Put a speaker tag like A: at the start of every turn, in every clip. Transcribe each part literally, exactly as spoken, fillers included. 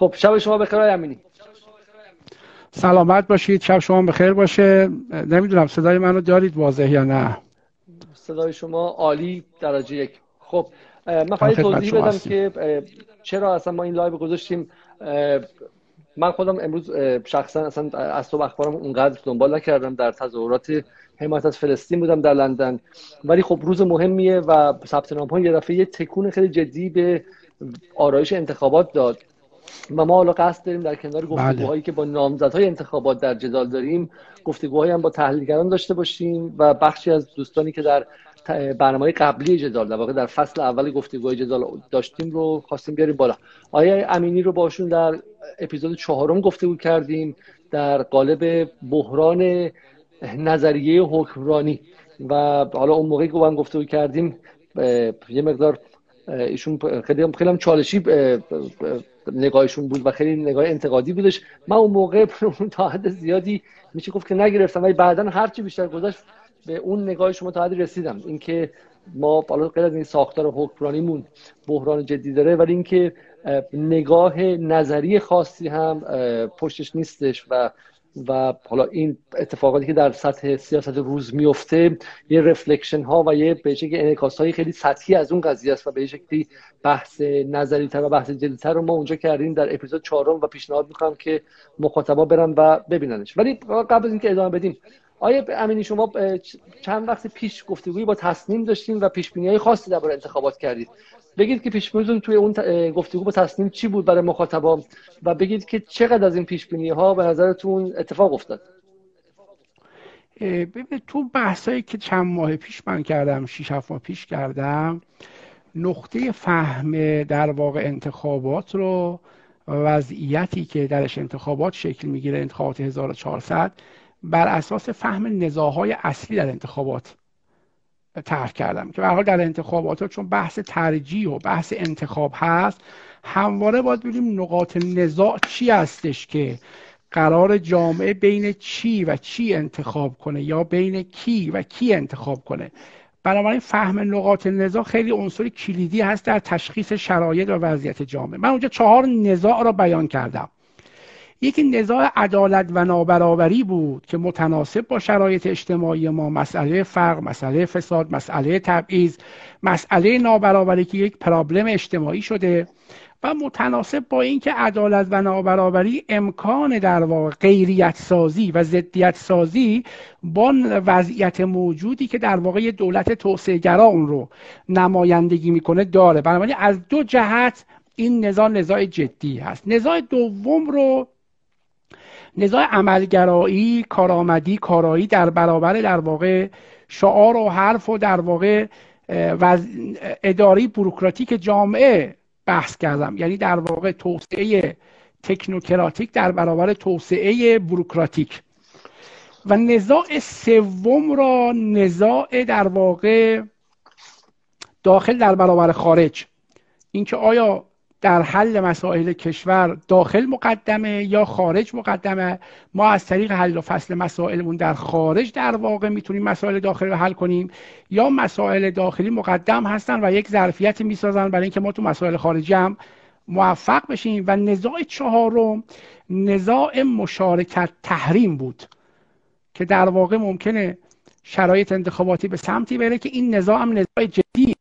A: خب شب شما بخیر آقای امینی.
B: سلامت باشید، شب شما بخیر باشه. نمیدونم صدای منو دارید واضح یا نه؟
A: صدای شما عالی درجه یک. خب من
B: در
A: فقط
B: خدمت
A: توضیح
B: شما
A: بدم
B: هستیم.
A: که چرا اصلا ما این لایو گذاشتیم. من خودم امروز شخصا اصلا از صبح اخبارم اونقدر دنبال نکردم، در تظاهرات حمایت از فلسطین بودم در لندن، ولی خب روز مهمیه و ثبت نام ها یه دفعه یه تکون خیلی جدی به آرایش انتخابات داد و ما حالا قصد داریم در کنار
B: بله.
A: گفتگوهایی که با نامزدهای انتخابات در جدال داریم، گفتگوهایی هم با تحلیلگران داشته باشیم و بخشی از دوستانی که در برنامه قبلی جدال، در واقع در فصل اول گفتگوهای جدال داشتیم رو خواستیم بیاریم بالا. آقای امینی رو باشون در اپیزود چهارم گفتگو کردیم در قالب بحران نظریه حکمرانی و حالا اون موقعی که با هم گفتگو کردیم یه مقدار ایشون خیلی خیلی هم چالشی نگاهشون بود و خیلی نگاه انتقادی بودش. من اون موقع تا حد زیادی میشه گفت که نگرفتم، ولی بعداً هرچی بیشتر گذشت به اون نگاه شما تا حدی رسیدم، اینکه ما حالا غیر از این ساختار حکمرانیمون بحران جدی داره، ولی اینکه نگاه نظری خاصی هم پشتش نیستش و و حالا این اتفاقاتی که در سطح سیاست روز میفته یه رفلکشن ها و یه به شکلی انعکاس های خیلی سطحی از اون قضیه است و به شکلی بحث نظری تر و بحث جدی تر رو ما اونجا کردیم در اپیزود چهارم و پیشنهاد میکنم که مخاطبا برن و ببیننش. ولی قبل از اینکه ادامه بدیم، آیه امینی شما چند وقت پیش گفتگویی با تصنیم داشتیم و پیش بینی‌های خاصی درباره انتخابات کردید. بگید که پیش بینیتون توی اون گفتگو با تصنیم چی بود برای مخاطبا و بگید که چقدر از این پیش بینی‌ها به نظرتون اتفاق افتاد.
B: ببین تو بحثایی که چند ماه پیش من کردم، شش هفت ماه پیش کردم، نقطه فهم در واقع انتخابات رو، وضعیتی که درش انتخابات شکل میگیره، انتخابات هزار و چهارصد، بر اساس فهم نزاع‌های اصلی در انتخابات طرح کردم که به هر حال در انتخابات چون بحث ترجیح و بحث انتخاب هست، همواره باید ببینیم نقاط نزاع چی هستش که قرار جامعه بین چی و چی انتخاب کنه یا بین کی و کی انتخاب کنه. بنابراین فهم نقاط نزاع خیلی عنصر کلیدی هست در تشخیص شرایط و وضعیت جامعه. من اونجا چهار نزاع را بیان کردم. یکی نزاع عدالت و نابرابری بود که متناسب با شرایط اجتماعی ما، مسئله فقر، مسئله فساد، مسئله تبعیض، مسئله نابرابری که یک پرابلم اجتماعی شده و متناسب با اینکه عدالت و نابرابری امکان در واقع غیریت سازی و ضدیت سازی با وضعیت موجودی که در واقع یه دولت توسعه گرا اون رو نمایندگی میکنه داره. بنابراین از دو جهت این نزاع نزاع جدی هست. نزاع دوم رو نزاع عملگرایی، کارآمدی، کارایی در برابر در واقع شعار و حرف و در واقع اداری بوروکراتیک جامعه بحث کردم، یعنی در واقع توسعه تکنوکراتیک در برابر توسعه بوروکراتیک. و نزاع سوم را نزاع در واقع داخل در برابر خارج، اینکه آیا در حل مسائل کشور داخل مقدمه یا خارج مقدمه. ما از طریق حل و فصل مسائلمون در خارج در واقع میتونیم مسائل داخلی رو حل کنیم یا مسائل داخلی مقدم هستن و یک ظرفیت میسازن برای اینکه ما تو مسائل خارجی هم موفق بشیم. و نزاع چهارم نزاع مشارکت تحریم بود که در واقع ممکنه شرایط انتخاباتی به سمتی بره که این نزاع هم نزاع جدی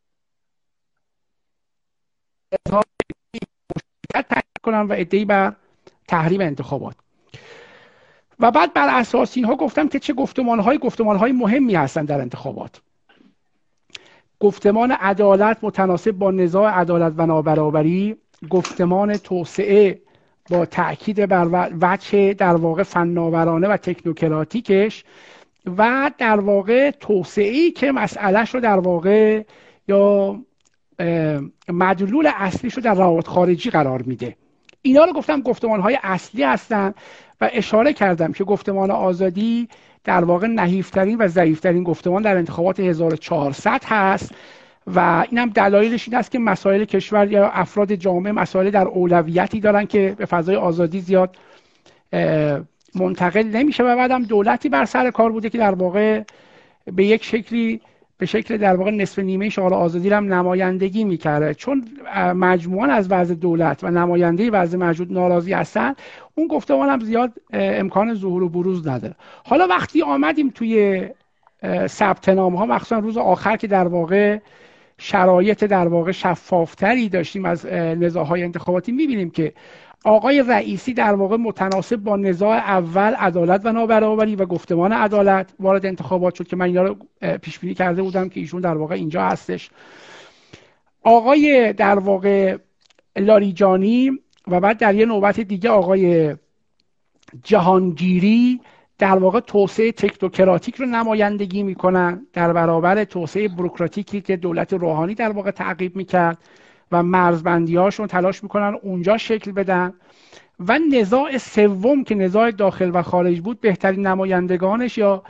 B: نزاع تحریم کنن و ادعی بر تحریم انتخابات. و بعد بر اساس اینها گفتم که چه گفتمانهای گفتمانهای مهمی هستن در انتخابات. گفتمان عدالت متناسب با نزاع عدالت و نابرابری، گفتمان توسعه با تأکید بر وجه در واقع فناورانه و تکنوکراتیکش، و در واقع توسعه‌ای که مسئلهش رو در واقع یا مدلول اصلیش رو در روابط خارجی قرار میده. اینا رو گفتم گفتمان‌های اصلی هستن و اشاره کردم که گفتمان آزادی در واقع نحیفترین و ضعیفترین گفتمان در انتخابات هزار و چهارصد هست و اینم دلایلش این است که مسائل کشور یا افراد جامعه مسائل در اولویتی دارن که به فضای آزادی زیاد منتقل نمیشه و بعدم دولتی بر سر کار بوده که در واقع به یک شکلی به شکل در واقع نصف نیمه شعار آزادی رو هم نمایندگی میکرده. چون مجموعاً از وضع دولت و نماینده وضع موجود ناراضی هستن، اون گفتمان هم زیاد امکان ظهور و بروز نداره. حالا وقتی آمدیم توی ثبت نامه ها، مخصوصا روز آخر که در واقع شرایط در واقع شفافتری داشتیم از نزاع‌های انتخاباتی، میبینیم که آقای رئیسی در واقع متناسب با نزاع اول عدالت و نابرابری و گفتمان عدالت وارد انتخابات شد که من اینا رو پیش بینی کرده بودم که ایشون در واقع اینجا هستش. آقای در واقع لاریجانی و بعد در یه نوبت دیگه آقای جهانگیری در واقع توسعه تکنوکراتیک رو نمایندگی میکنن در برابر توسعه بوروکراتیکی که دولت روحانی در واقع تعقیب میکرد و مرزبندی‌هاشون تلاش میکنن اونجا شکل بدن. و نزاع سوم که نزاع داخل و خارج بود، بهترین نمایندگانش یا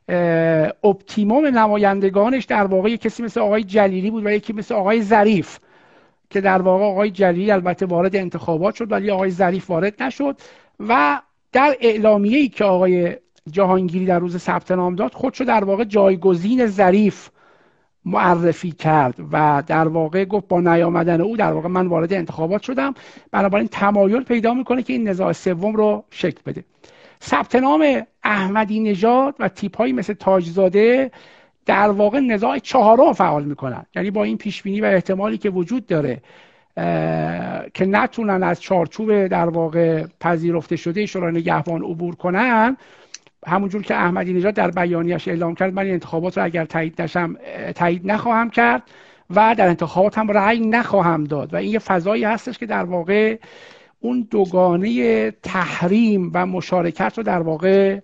B: اپتیموم نمایندگانش در واقع کسی مثل آقای جلیلی بود و یکی مثل آقای ظریف که در واقع آقای جلیلی البته وارد انتخابات شد ولی آقای ظریف وارد نشد. و در اعلامیه‌ای که آقای جهانگیری در روز ثبت نام داد، خودشو در واقع جایگزین ظریف معرفی کرد و در واقع گفت با نیامدن او در واقع من وارد انتخابات شدم. بنابراین تمایل پیدا میکنه که این نزاع سوم رو شکل بده. ثبت نام احمدی نژاد و تیپ‌هایی مثل تاجزاده در واقع نزاع چهارم فعال میکنن. یعنی با این پیشبینی و احتمالی که وجود داره که نتونن از چارچوب در واقع پذیرفته شده شورای نگهبان عبور کنن، همونجور که احمدی نژاد در بیانیه‌اش اعلام کرد من این انتخابات رو اگر تایید نشم تایید نخواهم کرد و در انتخابات هم رأی نخواهم داد. و این یه فضایی هستش که در واقع اون دوگانه تحریم و مشارکت رو در واقع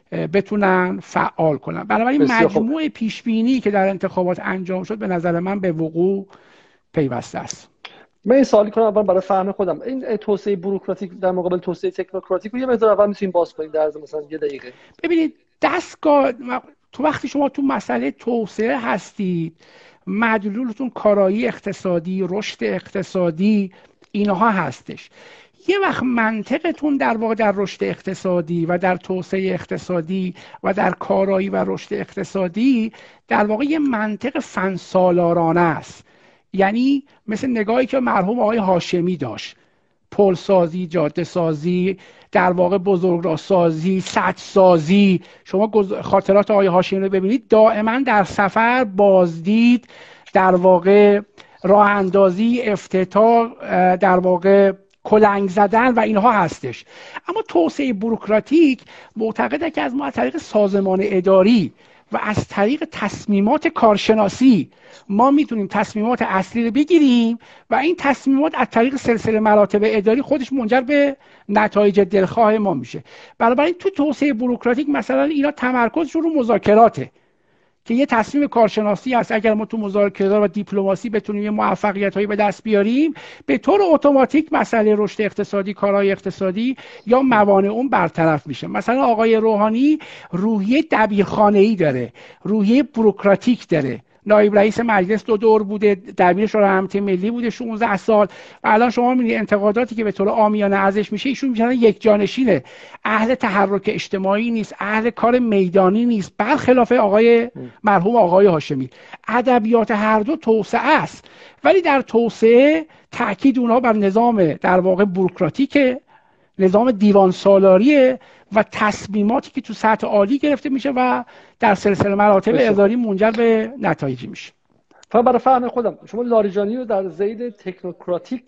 B: بتونن فعال کنن. بنابراین مجموع پیشبینی که در انتخابات انجام شد به نظر من به وقوع پیوسته است.
A: من این سوالی کنم اول برای فهم خودم، این توسعه بوروکراتیک در مقابل توسعه تکنوکراتیک رو یه مقدار اول میتونیم باز کنیم در مثلا یه دقیقه؟
B: ببینید دستگاه تو وقتی شما تو مسئله توسعه هستید، مدلولتون کارایی اقتصادی، رشد اقتصادی، اینها هستش. یه وقت منطقتون در واقع در رشد اقتصادی و در توسعه اقتصادی و در کارایی و رشد اقتصادی در واقع یه منطق فنسالارانه است. یعنی مثل نگاهی که مرحوم آقای هاشمی داشت، پل سازی، جاده سازی، در واقع بزرگراه سازی، سد سازی. شما خاطرات آقای هاشمی رو ببینید، دائما در سفر بازدید، در واقع راه اندازی، افتتاح، در واقع کلنگ زدن و اینها هستش. اما توسعه بوروکراتیک معتقده که از ما از طریق سازمان اداری و از طریق تصمیمات کارشناسی ما میتونیم تصمیمات اصلی رو بگیریم و این تصمیمات از طریق سلسله مراتب اداری خودش منجر به نتایج دلخواه ما میشه. بنابراین تو توسعه بوروکراتیک مثلا اینا تمرکزشون رو مذاکراته که یه تصمیم کارشناسی هست. اگر ما تو مذاکرات و دیپلماسی بتونیم یه موفقیت‌هایی به دست بیاریم، به طور اتوماتیک مسئله رشد اقتصادی، کارهای اقتصادی یا موانع اون برطرف میشه. مثلا آقای روحانی روحیه دبیرخانه‌ای داره، روحیه بوروکراتیک داره. نایب رئیس مجلس دو دور بوده، دبیر شورای امنیت ملی بوده شانزده سال و الان شما می‌بینید انتقاداتی که به طور عامیانه ازش میشه، ایشون میشن یک جانشینه، اهل تحرک اجتماعی نیست، اهل کار میدانی نیست، برخلاف آقای مرحوم آقای هاشمی. ادبیات هر دو توسعه است، ولی در توسعه تاکید اونها بر نظام در واقع بوروکراتیک، نظام دیوان سالاریه و تصمیماتی که تو سطح عالی گرفته میشه و در سلسله مراتب اداری منجر به نتایجی میشه.
A: فقط برای فهم خودم، شما لاریجانی رو در ضد تکنوکراتیک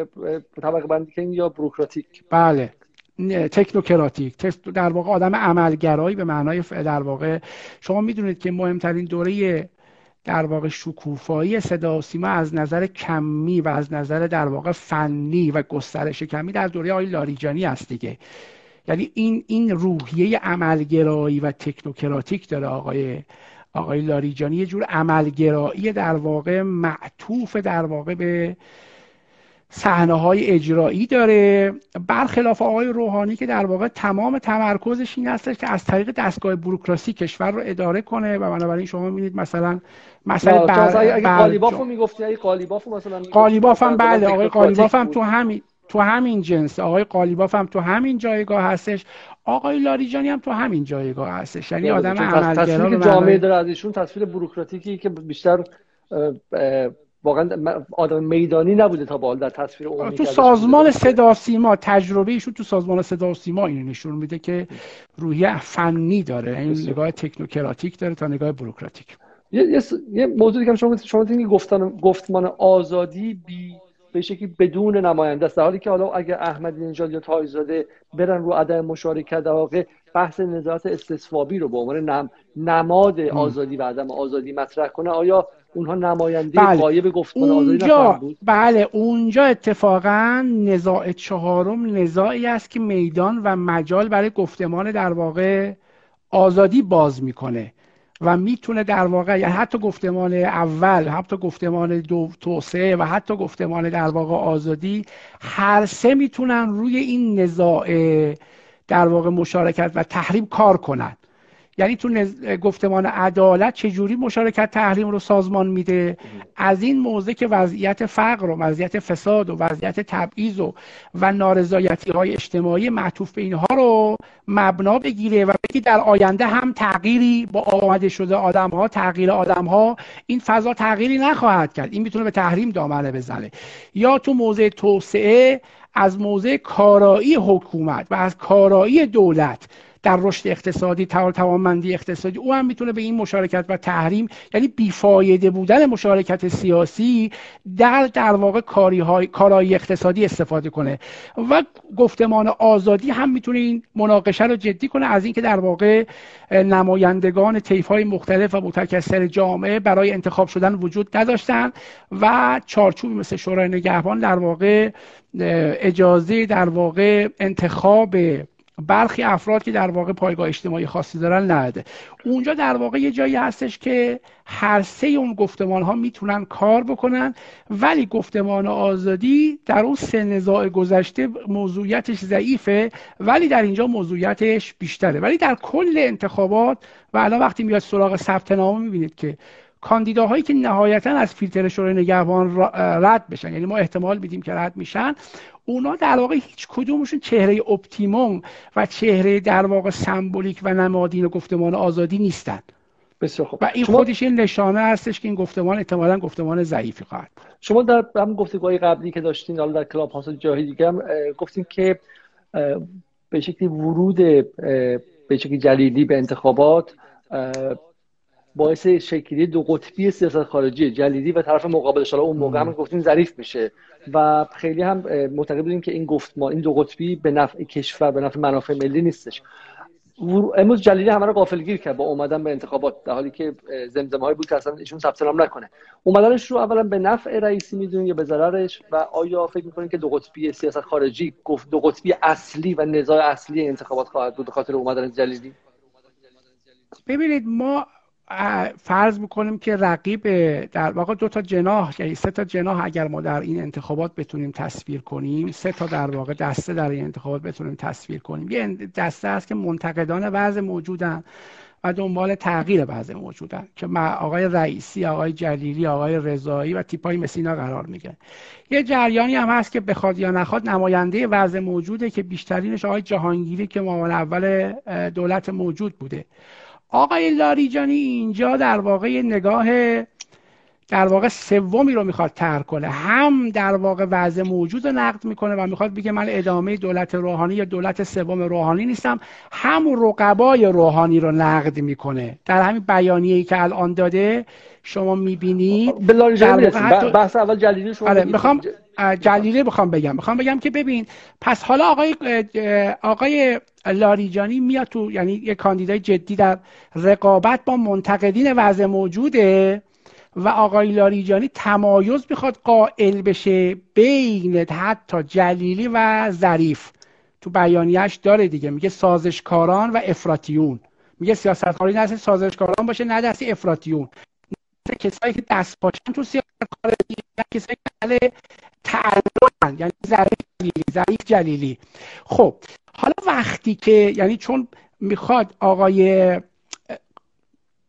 A: طبقه بندی کنید یا بوروکراتیک؟
B: بله، تکنوکراتیک، در واقع آدم عملگرایی به معنای در واقع شما میدونید که مهمترین دوره در واقع شکوفایی صدا و سیما از نظر کمی و از نظر در واقع فنی و گسترش کمی در دوره آقای لاریجانی است دیگه. یعنی این این روحیه عملگرایی و تکنوکراتیک داره آقای آقای لاریجانی، یه جور عملگرایی در واقع معطوف در واقع به صحنه‌های اجرایی داره، برخلاف آقای روحانی که در واقع تمام تمرکزش این است که از طریق دستگاه بوروکراسی کشور رو اداره کنه. و بنابراین شما می‌بینید مثلا مثلا
A: بر... اگه قالیباف رو میگفتی، اگه قالیباف مثلا
B: قالیباف هم بله، آقای قالیباف هم تو همین تو همین جنس، آقای قالیباف هم تو همین جایگاه هستش، آقای لاریجانی هم تو همین جایگاه هستش. یعنی آدم عملگرا
A: تصویری که جامعه داره از ایشون تصویر بوروکراتیکی که بیشتر واقعا آدم میدانی نبوده تا به حال در تصویر عمومی.
B: تو سازمان صدا و سیما تجربه ایشون تو سازمان صدا و سیما اینو نشون میده که روحیه فنی داره، این یعنی نگاه تکنوکراتیک داره تا نگاه بوروکراتیک.
A: یه یه موضوعی که شما شما میگین گفتن گفتمان آزادی بی به شکلی بدون نماینده است، در حالی که حالا اگه احمدی نژاد یا تاج‌زاده برن رو عدم مشارکت، در واقع بحث نظارت استصوابی رو به عنوان نم... نماد آزادی و عدم آزادی مطرح کنه، آیا اونها نماینده
B: بله.
A: غایب گفتمان آزادی
B: نخواهند
A: بود؟
B: بله، اونجا اتفاقا نزاع چهارم نزاعی است که میدان و مجال برای گفتمان در واقع آزادی باز میکنه و میتونه در واقع، یعنی حتی گفتمان اول، حتی گفتمان دو توسعه و حتی گفتمان در واقع آزادی، هر سه میتونن روی این نزاع در واقع مشارکت و تحریم کار کنن. یعنی تو نز... گفتمان عدالت چجوری مشارکت تحریم رو سازمان میده، از این موضع که وضعیت فقر و وضعیت فساد و وضعیت تبعیض و و نارضایتی های اجتماعی معطوف به اینها رو مبنا بگیره و بگی در آینده هم تغییری با آمده شده آدم ها، تغییر آدم ها، این فضا تغییری نخواهد کرد، این میتونه به تحریم دامنه بزنه. یا تو موضع توسعه از موضع کارایی حکومت و از کارایی دولت در رشد اقتصادی، توانمندی اقتصادی، او هم میتونه به این مشارکت و تحریم، یعنی بیفایده بودن مشارکت سیاسی در در واقع کاری های کارایی اقتصادی استفاده کنه. و گفتمان آزادی هم میتونه این مناقشه رو جدی کنه از اینکه در واقع نمایندگان طیف‌های مختلف و متکثر جامعه برای انتخاب شدن وجود نداشتن و چارچوبی مثل شورای نگهبان در واقع اجازه در واقع انتخاب برخی افراد که در واقع پایگاه اجتماعی خاصی دارن نده. اونجا در واقع یه جایی هستش که هر سه اون گفتمان ها میتونن کار بکنن، ولی گفتمان آزادی در اون سه نزاع گذشته موضوعیتش ضعیفه، ولی در اینجا موضوعیتش بیشتره. ولی در کل انتخابات و الان وقتی میاد سراغ ثبت نامه میبینید که کاندیداهایی که نهایتا از فیلتر شورای نگهبان رد بشن، یعنی ما احتمال میدیم که رد میشن، اونا در واقع هیچ کدومشون چهره اپتیموم و چهره در واقع سمبولیک و نمادین گفتمان آزادی نیستن.
A: بسیار خوب.
B: و این شما... خودش این نشانه هستش که این گفتمان احتمالاً گفتمان ضعیفی خواهد.
A: شما در هم گفتگوهای قبلی که داشتین، حالا در کلاب هاوس جاهای دیگه هم گفتیم که به شکلی ورود به شکلی جلیلی به انتخابات باعث شکلی دو قطبی سیاست خارجی جلیلی و طرف مقابلش، حالا اون موقع هم گفتیم ظریف میشه و خیلی هم معتقد بودیم که این گفتمان، این دو قطبی به نفع کشور، به نفع منافع ملی نیستش. امروز جلیلی همه رو غافلگیر کرد با اومدن به انتخابات، در حالی که زمزمه‌هایی بود که اصلا ایشون ثبت نام نکنه. اومدنش رو اولا به نفع رئیسی میدونید یا به ضررش، و آیا فکر می‌کنید که دو قطبی سیاست خارجی گفت دو قطبی اصلی و نزاع اصلی انتخابات خواهد بود به خاطر اومدن جلیلی؟
B: ببینید، ما فرض میکنیم که رقیب در واقع دو تا جناح، یعنی سه تا جناح اگر ما در این انتخابات بتونیم تصویر کنیم، سه تا در واقع دسته در این انتخابات بتونیم تصویر کنیم. یه دسته هست که منتقدان وضع موجودن و دنبال تغییر وضع موجودن که آقای رئیسی، آقای جلیلی، آقای رضایی و تیپای مثل اینا قرار میگیره. یه جریانی هم هست که بخواد یا نخواد نماینده وضع موجوده که بیشترینش آقای جهانگیری که معاون اول دولت موجود بوده. آقای لاریجانی اینجا در واقع نگاه در واقع سومی رو میخواد طرح کنه، هم در واقع وضع موجود رو نقد میکنه و میخواد بگه من ادامه دولت روحانی یا دولت سوم روحانی نیستم، هم رقبای روحانی رو نقد میکنه. در همین بیانیه‌ای که الان داده شما میبینید
A: به لاریجانی حتی... بحث اول جلیلی شما
B: آره میخوام جلیلی بخوام بگم میخوام بگم که ببین، پس حالا آقای آقای لاریجانی میاد تو، یعنی یک کاندیدای جدی در رقابت با منتقدین وضع موجوده و آقای لاریجانی تمایز میخواد قائل بشه بین حتی جلیلی و ظریف. تو بیانیه‌اش داره دیگه، میگه سازشکاران و افراطیون، میگه سیاستخوانی نه سازشکاران باشه نه دستی افراطیون، نه کسایی که دست پاچن تو سیاست خارجی، نه کسایی که اهل تعلقن، یعنی ظریف جلیلی ظریف جلیلی. خب حالا وقتی که، یعنی چون میخواد آقای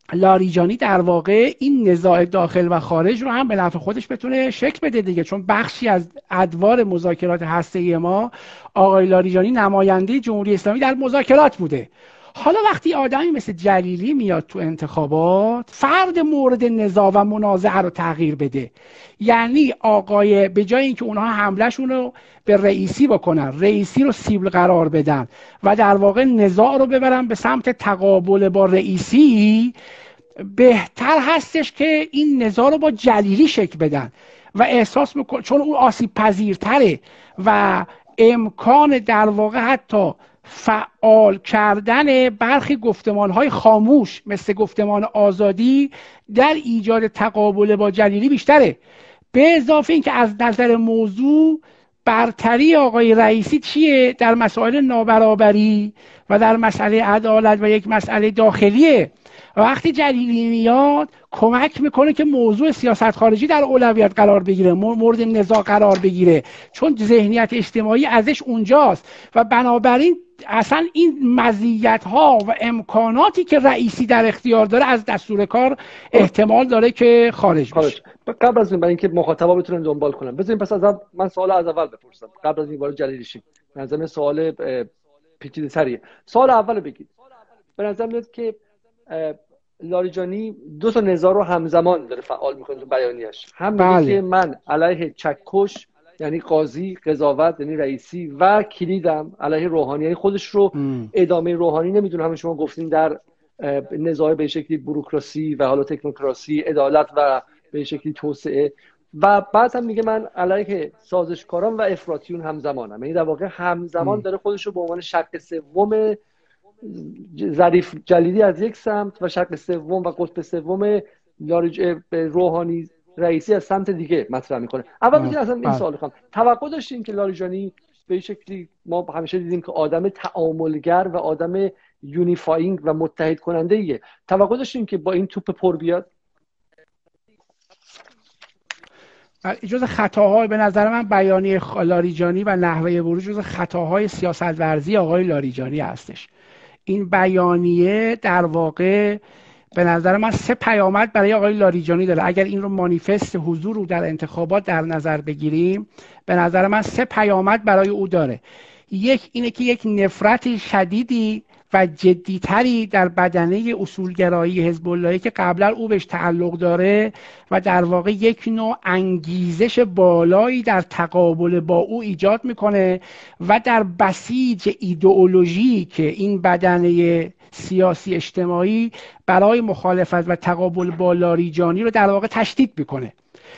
B: لاریجانی در واقع این نزاع داخل و خارج رو هم به نفع خودش بتونه شکل بده دیگه، چون بخشی از ادوار مذاکرات هسته‌ای ما آقای لاریجانی نماینده جمهوری اسلامی در مذاکرات بوده. حالا وقتی آدمی مثل جلیلی میاد تو انتخابات، فرد مورد نزاع و منازعه رو تغییر بده، یعنی آقای به جای اینکه اونها حملهشون رو به رئیسی بکنن، رئیسی رو سیبل قرار بدن و در واقع نزاع رو ببرن به سمت تقابل با رئیسی، بهتر هستش که این نزاع رو با جلیلی شکل بدن و احساس میکن چون اون آسیب پذیرتره و امکان در واقع حتی فعال کردن برخی گفتمانهای خاموش مثل گفتمان آزادی در ایجاد تقابل با جلیلی بیشتره. به اضافه اینکه از نظر موضوع برتری آقای رئیسی چیه در مسائل نابرابری و در مسئله عدالت و یک مسئله داخلیه. وقتی جلیلی میاد کمک میکنه که موضوع سیاست خارجی در اولویت قرار بگیره، مورد نزاع قرار بگیره، چون ذهنیت اجتماعی ازش اونجاست و بنابراین اصلا این مزیت ها و امکاناتی که رئیسی در اختیار داره از دستور کار احتمال داره که خارج بشه.
A: قبل از این برای اینکه مخاطبا بتونن دنبال کنن، بذارین پس از من سوال از اول بپرسم قبل از این وارد جلیلی شیم. به نظر من سوال پیچیده‌تریه. سوال اول بگید. به نظر میاد که لاریجانی دو تا نزاع رو همزمان داره فعال میکنه تو بیانیه‌اش. هم میگه بله. که من علیه چکش یعنی قاضی، قضاوت یعنی رئیسی و کلیدم علیه روحانی، یعنی خودش رو ام. ادامه روحانی نمیدونه. همه شما گفتین در نزاع به شکلی بوروکراسی و حالا تکنوکراسی، عدالت و به شکلی توسعه. و بعد هم میگه من علیه سازشکاران و افراطیون همزمانم، یعنی در واقع همزمان ام. داره خودش رو به عنوان شق سوم ظریف جلیلی از یک سمت و شق سوم و قطب سوم روحانی رئیسی از سمت دیگه مطرح میکنه. اول بگید اصلا این سوال کنم، توقع داشتین که لاریجانی به شکلی، ما همیشه دیدیم که آدم تعاملگر و آدم یونیفاینگ و متحد کننده ایه، توقع داشتین که با این توپ پر بیاد؟
B: جز خطاهای به نظر من بیانیه لاریجانی و نحوه ورود جز خطاهای سیاست ورزی آقای لاریجانی هستش. این بیانیه در واقع به نظر من سه پیامد برای آقای لاریجانی داره. اگر این رو مانیفست حضور رو در انتخابات در نظر بگیریم، به نظر من سه پیامد برای او داره. یک اینه که یک نفرت شدیدی و جدیتری در بدنه اصولگرایی حزب اللهی که قبلا او بهش تعلق داره و در واقع یک نوع انگیزش بالایی در تقابل با او ایجاد میکنه و در بسیج ایدئولوژی که این بدنه سیاسی اجتماعی برای مخالفت و تقابل با لاریجانی رو در واقع تشدید میکنه.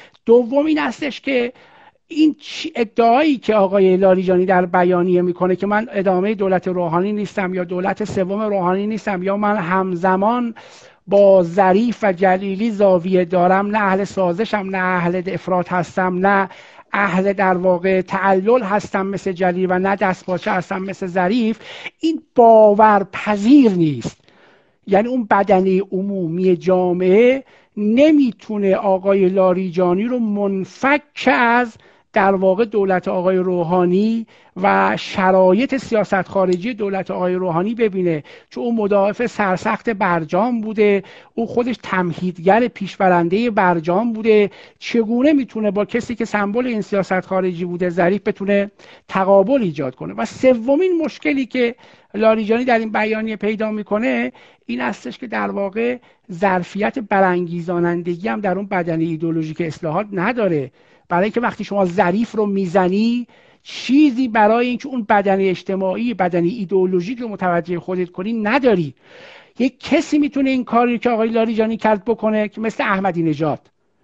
B: دوم این هستش که این ادعایی که آقای لاریجانی در بیانیه میکنه که من ادامه دولت روحانی نیستم یا دولت سوم روحانی نیستم یا من همزمان با ظریف و جلیلی زاویه دارم، نه اهل سازشم، نه اهل افراط هستم، نه اهل در واقع تعلل هستم مثل جلیلی و نه دستپاچه هستم مثل ظریف، این باورپذیر نیست. یعنی اون بدنه عمومی جامعه نمیتونه آقای لاریجانی رو منفک از در واقع دولت آقای روحانی و شرایط سیاست خارجی دولت آقای روحانی ببینه، چون او مدافع سرسخت برجام بوده، او خودش تمهیدگر پیشبرنده برجام بوده. چگونه میتونه با کسی که سمبل این سیاست خارجی بوده، ظریف، بتونه تقابل ایجاد کنه؟ و سومین مشکلی که لاریجانی در این بیانیه پیدا میکنه این هستش که در واقع ظرفیت برانگیزانندگی هم در اون بدنه ایدئولوژیک اصلاحات نداره، برای اینکه وقتی شما ظریف رو میزنی چیزی برای اینکه اون بدنه اجتماعی، بدنه ایدئولوژیک رو متوجه خودت کنی نداری. یک کسی میتونه این کاری که آقای لاریجانی کرد بکنه که مثل احمدی نژاد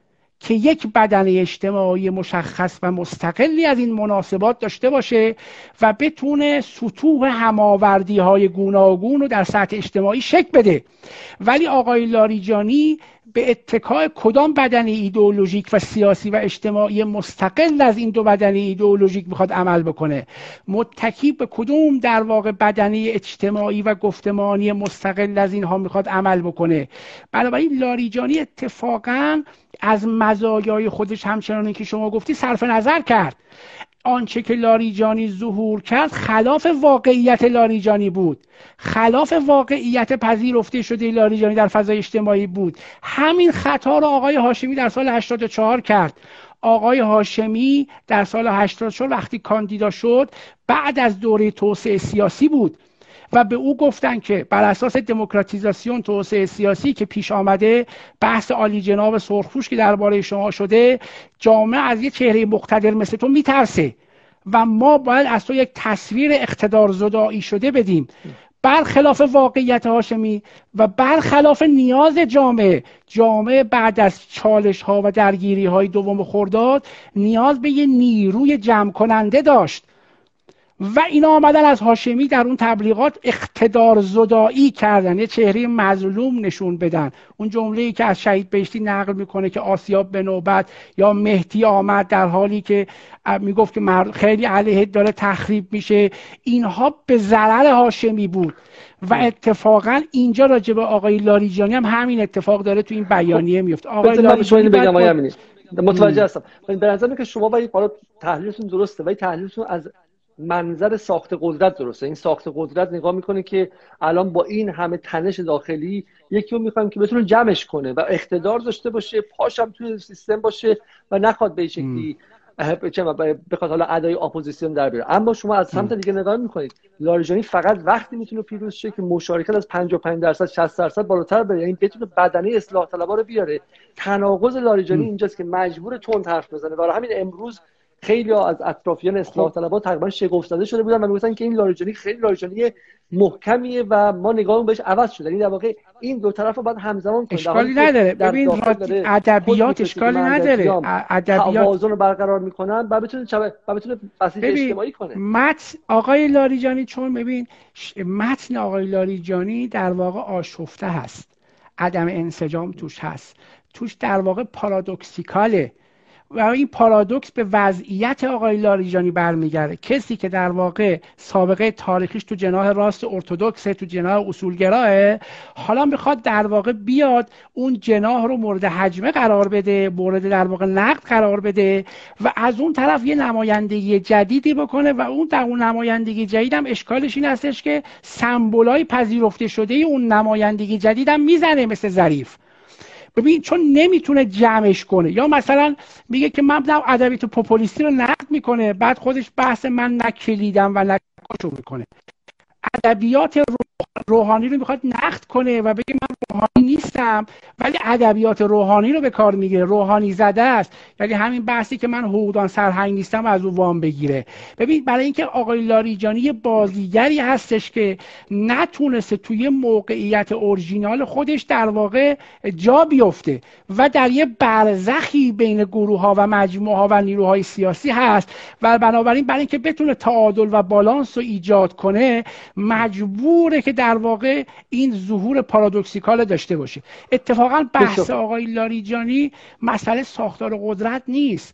B: که یک بدنه اجتماعی مشخص و مستقلی از این مناسبات داشته باشه و بتونه سطوح هماوردی های گوناگون رو در سطح اجتماعی شکل بده. ولی آقای لاریجانی به اتکای کدام بدنه ایدئولوژیک و سیاسی و اجتماعی مستقل از این دو بدنه ایدئولوژیک میخواد عمل بکنه؟ متکی به کدوم در واقع بدنه اجتماعی و گفتمانی مستقل از اینها میخواد عمل بکنه؟ بنابراین لاریجانی اتفاقاً از مزایای خودش همچنان که شما گفتی صرف نظر کرد. آنچه که لاریجانی ظهور کرد خلاف واقعیت لاریجانی بود، خلاف واقعیت پذیرفته شده لاریجانی در فضای اجتماعی بود. همین خطا رو آقای هاشمی در سال هشتاد و چهار کرد. آقای هاشمی در سال هشتاد و چهار وقتی کاندیدا شد بعد از دوره توسعه سیاسی بود و به او گفتن که بر اساس دموکراتیزاسیون توسعه سیاسی که پیش آمده، بحث عالی جناب سرخپوش که درباره شما شده، جامعه از یه چهره مقتدر مثل تو میترسه و ما باید از تو یک تصویر اقتدار زدایی شده بدیم. برخلاف واقعیت هاشمی و برخلاف نیاز جامعه، جامعه بعد از چالش ها و درگیری های دوم خرداد نیاز به یه نیروی جمع کننده داشت و اینا آمدن از هاشمی در اون تبلیغات اقتدار زدایی کردن، یه چهره مظلوم نشون بدن. اون جمله‌ای که از شهید بهشتی نقل میکنه که آسیاب به نوبت یا مهدی آمد در حالی که میگفت که خیلی علیه داره تخریب میشه، اینها به ضرر هاشمی بود و اتفاقا اینجا راجع به آقای لاریجانی هم همین اتفاق داره تو این بیانیه میفته. آقای
A: لاریجانی بگم آقای امینی متوجه هستم. به نظر میاد که شما ولی بالا تحلیلتون درسته ولی تحلیلتون از منظر ساخت قدرت درسته. این ساخت قدرت نگاه میکنه که الان با این همه تنش داخلی یکی رو میخوایم که بتونه جمعش کنه و اقتدار داشته باشه، پاشم توی سیستم باشه و نخواد به شکلی بخواد حالا ادای اپوزیسیون در بیاره. اما شما از سمت دیگه نگاه میکنید لاریجانی فقط وقتی میتونه پیروز شه که مشارکت از پنجاه و پنج درصد شصت درصد بالاتر بره، یعنی بتونه بدنه اصلاح طلبها رو بیاره. تناقض لاریجانی اینجاست که مجبور تند حرف بزنه. برای همین امروز خیلی ها از اطرافیان اصلاح طلبها تقریبا شگفت زده شده بودن و میگفتن که این لاریجانی خیلی لاریجانی محکمیه و ما نگاهمون بهش عوض شده. این در واقع این دو طرف رو باید همزمان کنیم.
B: اشکالی نداره. ببین ادبیات اشکالی نداره. ادبیات
A: توازن رو برقرار میکنن و بتونه و بتونه بسیج اجتماعی کنه.
B: متن آقای لاریجانی چون ببین متن آقای لاریجانی در واقع آشفته هست، عدم انسجام توش هست، توش در واقع پارادوکسیکاله و این پارادوکس به وضعیت آقای لاریجانی برمیگرده. کسی که در واقع سابقه تاریخیش تو جناح راست ارتدوکس، تو جناح اصولگراه، حالا میخواد در واقع بیاد اون جناح رو مورد هجمه قرار بده، مورد در واقع نقد قرار بده و از اون طرف یه نمایندگی جدیدی بکنه و اون در اون نمایندگی جدید هم اشکالش این هستش که سمبولای پذیرفته شده اون نمایندگی جدید هم میزنه مثل ظریف. ببین چون نمیتونه جمعش کنه، یا مثلا میگه که من ادبیات پوپولیستی رو نقد میکنه بعد خودش بحث من نکلیدم و نکاشو میکنه. ادبیات روحانی رو میخواد نقد کنه و بگه من روحانی نیستم ولی ادبیات روحانی رو به کار میگیره، روحانی زده است، یعنی همین بحثی که من حقوقدان سرهنگ نیستم از اون وام بگیره. ببین برای اینکه آقای لاریجانی یه بازیگری هستش که نتونسته توی موقعیت اورجینال خودش در واقع جا بیفته و در یه برزخی بین گروه ها و مجموعه ها و نیروهای سیاسی هست و بنابراین برای اینکه بتونه تعادل و بالانس رو ایجاد کنه مجبوره که در واقع این ظهور پارادوکسیکال داشته باشه. اتفاقا بحث آقای لاریجانی مسئله ساختار قدرت نیست.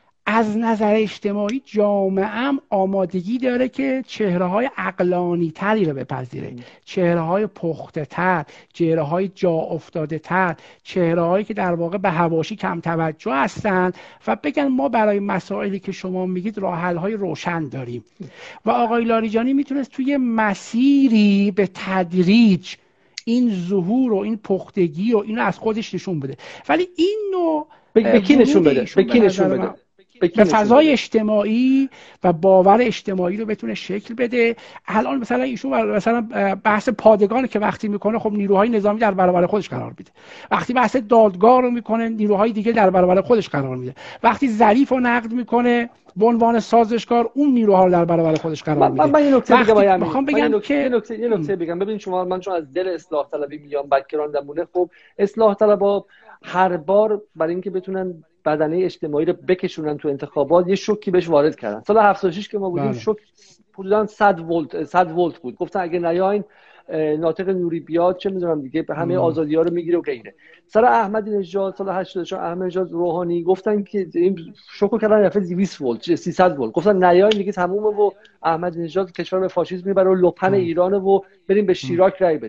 B: از نظر اجتماعی جامعه هم آمادگی داره که چهره های عقلانی تری رو بپذیره، چهره های پخته تر، چهره های جا افتاده تر، چهره هایی که در واقع به حواشی کم توجه هستن و بگن ما برای مسائلی که شما میگید راه حل های روشن داریم. و آقای لاریجانی میتونست توی مسیری به تدریج این ظهور و این پختگی و اینو از خودش نشون بده. ولی این نوع
A: به کی نشون بده؟ به کی نشون بده؟
B: به فضای اجتماعی و باور اجتماعی رو بتونه شکل بده. الان مثلا ایشون مثلا بحث پادگان که وقتی میکنه خب نیروهای نظامی در برابر خودش قرار میده، وقتی بحث دادگاه رو میکنه نیروهای دیگه در برابر خودش قرار میده، وقتی ظریف رو نقد میکنه به عنوان سازشکار اون نیروها رو در برابر خودش قرار میده.
A: من من یه نکته بگم
B: میخوام بگم که
A: یه نکته یه نکته بگم ببین شما من چون از دل اصلاح طلبی میام بک‌گراندمونه، خب اصلاح طلبها هر بار برای اینکه بتونن بدنه اجتماعی رو بکشونن تو انتخابات یه شوکی بهش وارد کردن. سال هفتاد و شش که ما بودیم شوک حدودا صد ولت صد ولت بود. گفتن اگه نیاین ناطق نوری بیاد چه میدونم دیگه به همه آزادی‌ها رو میگیره و غیره. سال احمدی نژاد سال هشتاد و چهار احمدی نژاد روحانی گفتن که این شوکو کردن رفت دویست ولت سیصد ولت، گفتن نیاین دیگه تمومه و احمدی نژاد کشور به فاشیسم میبره و لپن ایرانه و بریم به شیراک رای بدیم.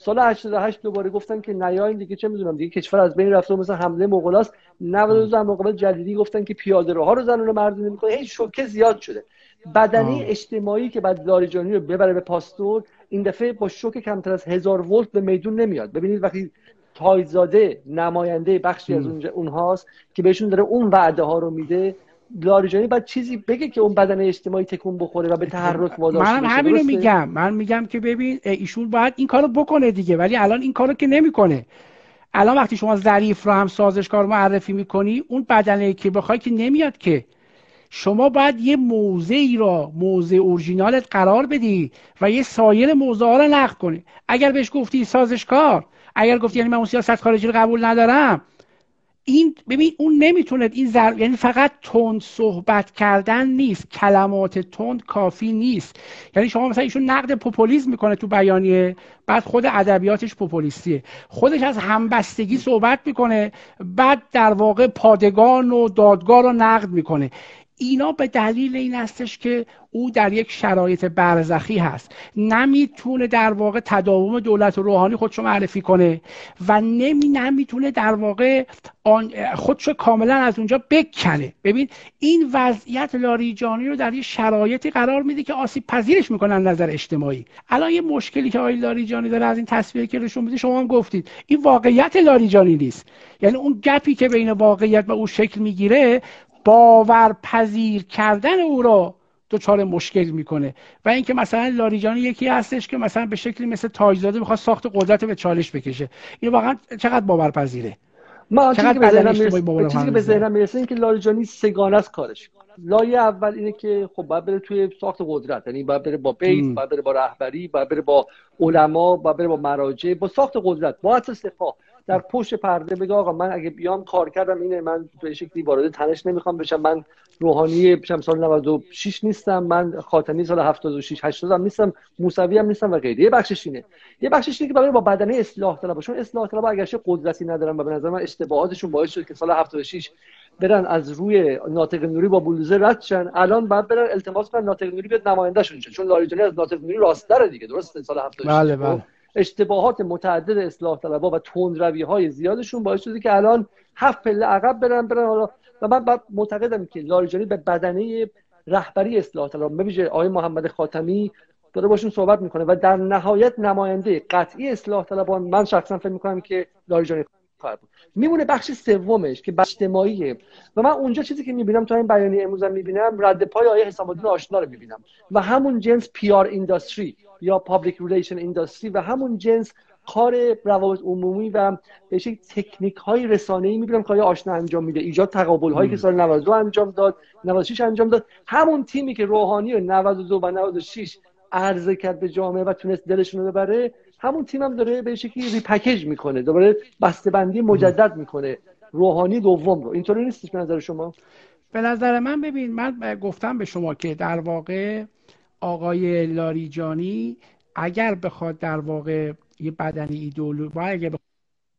A: سال هشتاد و هشت دوباره گفتن که نیاین دیگه، چه میدونم دیگه کشور از بین رفته مثلا حمله مغولاست. نود و دو در مقابل جدیدی گفتن که پیاده‌روها رو زنونه مردونه میکنه. این شوکه زیاد شده. بدنه اجتماعی که بعد لاریجانی رو ببره به پاستور، این دفعه با شوک کمتر از هزار ولت به میدون نمیاد. ببینید وقتی تایزاده نماینده بخشی از اونجا اونهاست که بهشون داره اون وعده ها رو میده، لاریجانی باید چیزی بگه که اون بدن اجتماعی تکون بخوره و به تحرک واداشته بشه.
B: من همینو میگم، من میگم که ببین ایشون باید این کارو بکنه دیگه، ولی الان این کارو که نمیکنه. الان وقتی شما ظریف رو هم سازشکار معرفی میکنی، اون بدنه که بخوای که نمیاد که. شما باید یه موضعی را موضع اورجینالت قرار بدی و یه سایر موضوعا رو نقد کنی. اگر بهش گفتی سازشکار، اگر گفتی یعنی من اون سیاست خارجی رو قبول ندارم، این ببین اون نمیتونه این زر... یعنی فقط تند صحبت کردن نیست، کلمات تند کافی نیست. یعنی شما مثلا ایشون نقد پوپولیسم میکنه تو بیانیه، بعد خود ادبیاتش پوپولیستیه، خودش از همبستگی صحبت میکنه، بعد در واقع پادگان و دادگاه رو نقد میکنه. اینا به دلیل این هستش که او در یک شرایط برزخی هست، نمیتونه در واقع تداوم دولت روحانی خودشو معرفی کنه و نمی نمیتونه در واقع خودشو کاملا از اونجا بکنه. ببین این وضعیت لاریجانی رو در یه شرایطی قرار میده که آسیب پذیرش میکنن از نظر اجتماعی. الان یه مشکلی که آقای لاریجانی داره از این تصویری که نشون میده، شما هم گفتید این واقعیت لاریجانی نیست. یعنی اون گپی که بین واقعیت و او شکل میگیره، باورپذیر کردن او را دچار مشکل میکنه. و اینکه مثلا لاریجانی یکی هستش که مثلا به شکلی مثل تاجزاده میخواد ساخت قدرت به چالش بکشه. این واقعا چقدر باورپذیره؟
A: ما چیزی که به ذهنم میرسه چیزی که به ذهنم میرسه این که لاریجانی سگانه است کارش. لایه اول اینه که خب باید بره توی ساخت قدرت، یعنی باید بره با بیت، باید بره با رهبری، باید بره با علما، باید بره با مراجع، با ساخت قدرت، با حتی سپاه در پشت پرده بگه آقا من اگه بیام کار کردم اینه، من به شکلی وارد تنش نمیخوام بشم، من روحانی بشم سال نود و شش نیستم، من خاتمی سال هفتاد و شش هشتاد هم نیستم، موسوی هم نیستم و غیره. یه بخشش اینه. یه بخشش اینه که برای با بدنه اصلاح طلب، چون اصلاح طلب اگرچه قدرتی ندارن و به نظر من اشتباهاتشون باعث شد که سال هفتاد و شش برن از روی ناطق نوری با بولدوزر رد شن، الان بعد برن التماس کنن ناطق نوری بیاد نمایندهشون شه، چون لاریجانی از ناطق نوری راست‌تره دیگه، درسته؟ سال هفتاد و شش
B: بله بله.
A: اشتباهات متعدد اصلاح طلبها و تندروی‌های زیادشون باعث شده که الان هفت پله عقب برن برن حالا. و من معتقدم که لاریجانی به بدنه رهبری اصلاح طلب، به ویژه آقای محمد خاتمی، داره باشون صحبت میکنه و در نهایت نماینده قطعی اصلاح طلبان من شخصا فکر میکنم که لاریجانی خواهد بود. میمونه بخش سومش که بخش اجتماعیه و من اونجا چیزی که میبینم تو این بیانیه امروز هم میبینم، رد پای آقای حسام الدین آشنا رو میبینم و همون جنس پی آر اینداستری یا پابلیک ریلیشن اینداستری و همون جنس کار روابط عمومی و به شکل تکنیک های رسانه‌ای میبینم که آقای آشنا انجام میده، ایجاد تقابل هایی که سال نود و دو انجام داد، نود و شش انجام داد. همون تیمی که روحانی نود و دو و نود و شش عرضه کرد به جامعه و تونست دلشون رو ببره، همون تیم هم داره به شکلی ریپکیج میکنه، دوباره بسته‌بندی مجدد میکنه روحانی دوم رو. اینطوری نیستش به نظر شما؟
B: به نظر من ببین، من گفتم به شما که در واقع آقای لاریجانی اگر بخواد در واقع یه بدنی ایدئولوژی و اگر بخواد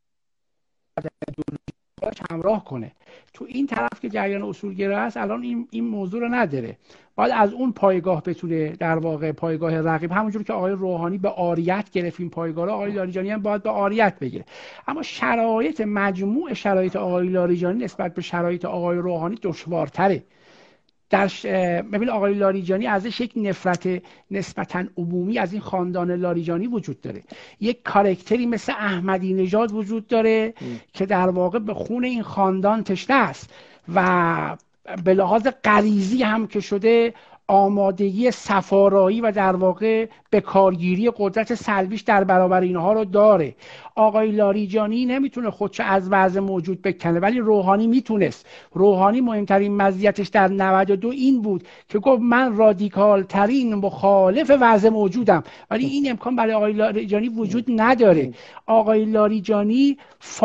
B: بدنی ایدئولوژی همراه کنه تو این طرف که جریان اصولگرا است، الان این این موضوع رو نداره. باید از اون پایگاه بتونه در واقع پایگاه رقیب، همونجور که آقای روحانی به عاریت گرفت این پایگاه رو، آقای لاریجانی هم باید به عاریت بگیره. اما شرایط مجموع شرایط آقای لاریجانی نسبت به شرایط آقای روحانی دشوارتره. در ش... ببین آقای لاریجانی ازش یک نفرت نسبتاً عمومی از این خاندان لاریجانی وجود داره، یک کاراکتری مثل احمدی نژاد وجود داره ام. که در واقع به خون این خاندان تشنه است و به لحاظ غریزی هم که شده آمادگی سفارایی و در واقع به کارگیری قدرت سلبیش در برابر اینها رو داره. آقای لاریجانی نمیتونه خودشو از وضع موجود بکنه، ولی روحانی میتونست. روحانی مهمترین مزیتش در نود و دو این بود که گفت من رادیکال ترین مخالف وضع موجودم، ولی این امکان برای آقای لاریجانی وجود نداره. آقای لاریجانی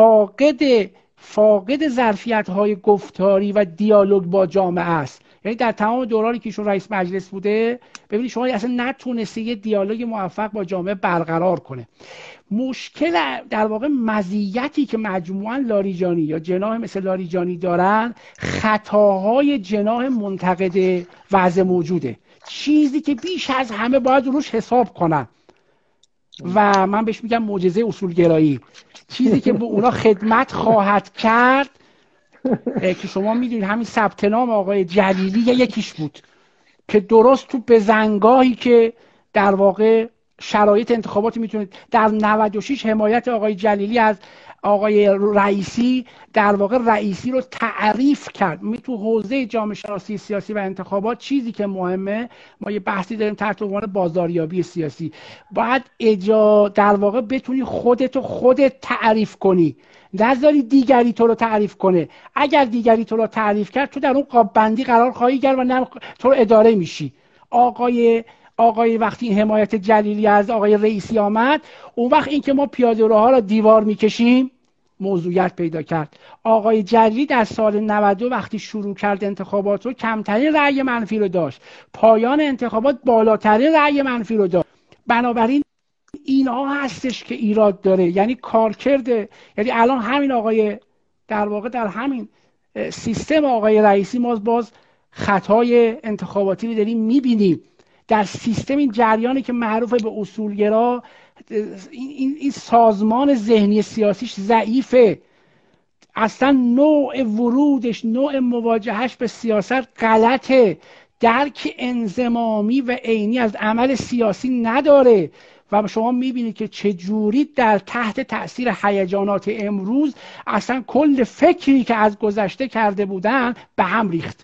B: فاقد فاقد ظرفیت‌های گفتاری و دیالوگ با جامعه است. یعنی در تمام دورانی که ایشون رئیس مجلس بوده، ببینید شما اصلا نتونسته یه دیالوگ موفق با جامعه برقرار کنه. مشکل در واقع مزیتی که مجموعاً لاریجانی یا جناح مثل لاریجانی دارن، خطاهای جناح منتقد وضع موجوده، چیزی که بیش از همه باید روش حساب کنن. و من بهش میگم معجزه اصولگرایی، چیزی که به اونا خدمت خواهد کرد که شما میدونید همین ثبت نام آقای جلیلی یکیش بود که درست تو بزنگاهی که در واقع شرایط انتخاباتی میتونید در نود و شش حمایت آقای جلیلی از آقای رئیسی در واقع رئیسی رو تعریف کرد. می تو حوزه جامعه شناسی سیاسی و انتخابات چیزی که مهمه، ما یه بحثی داریم تحت عنوان بازاریابی سیاسی، باید اجا در واقع بتونی خودتو خودت تعریف کنی، نذاری دیگری تو رو تعریف کنه. اگر دیگری تو رو تعریف کرد تو در اون قاب بندی قرار خواهی گرفت و نه تو رو اداره میشی. آقای آقای وقتی این حمایت جلیلی از آقای رئیسی آمد، اون وقت این که ما پیاده روها را دیوار میکشیم موضوعیت پیدا کرد. آقای جلیلی در سال نود و دو وقتی شروع کرد انتخابات رو کمترین رأی منفی رو داشت، پایان انتخابات بالاترین رأی منفی رو داشت. بنابراین اینها هستش که ایراد داره، یعنی کارکرد، یعنی الان همین آقای در واقع در همین سیستم آقای رئیسی ما باز خطای انتخاباتی رو داریم میبینیم. در سیستم این جریانی که معروف به اصولگرا، این, این, این سازمان ذهنی سیاسیش ضعیفه، اصلا نوع ورودش، نوع مواجهش به سیاست غلطه، درک انضمامی و عینی از عمل سیاسی نداره و شما میبینید که چجوری در تحت تأثیر هیجانات امروز اصلا کل فکری که از گذشته کرده بودن به هم ریخت.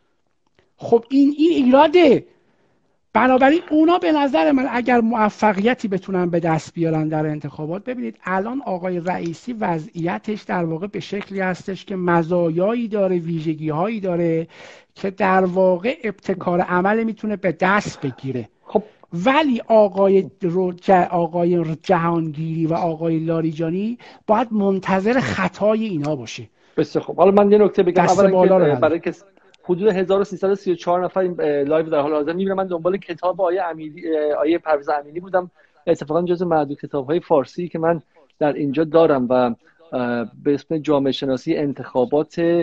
B: خب این این ایراده. بنابراین اونا به نظر من اگر موفقیتی بتونن به دست بیارن در انتخابات، ببینید الان آقای رئیسی وضعیتش در واقع به شکلی هستش که مزایایی داره، ویژگی هایی داره که در واقع ابتکار عمل میتونه به دست بگیره. خب ولی آقای آقای جهانگیری و آقای لاریجانی باید منتظر خطای اینا باشه.
A: بسیار خب. حالا من یه نکته بگم، اولا برای که حدود هزار و سیصد و سی و چهار نفر این لایو در حال حاضر میبینم، من دنبال کتاب آیه امیری آیه پرویز امینی بودم، اتفاقا جزو معدود کتاب‌های فارسی که من در اینجا دارم و به اسم جامعه شناسی انتخابات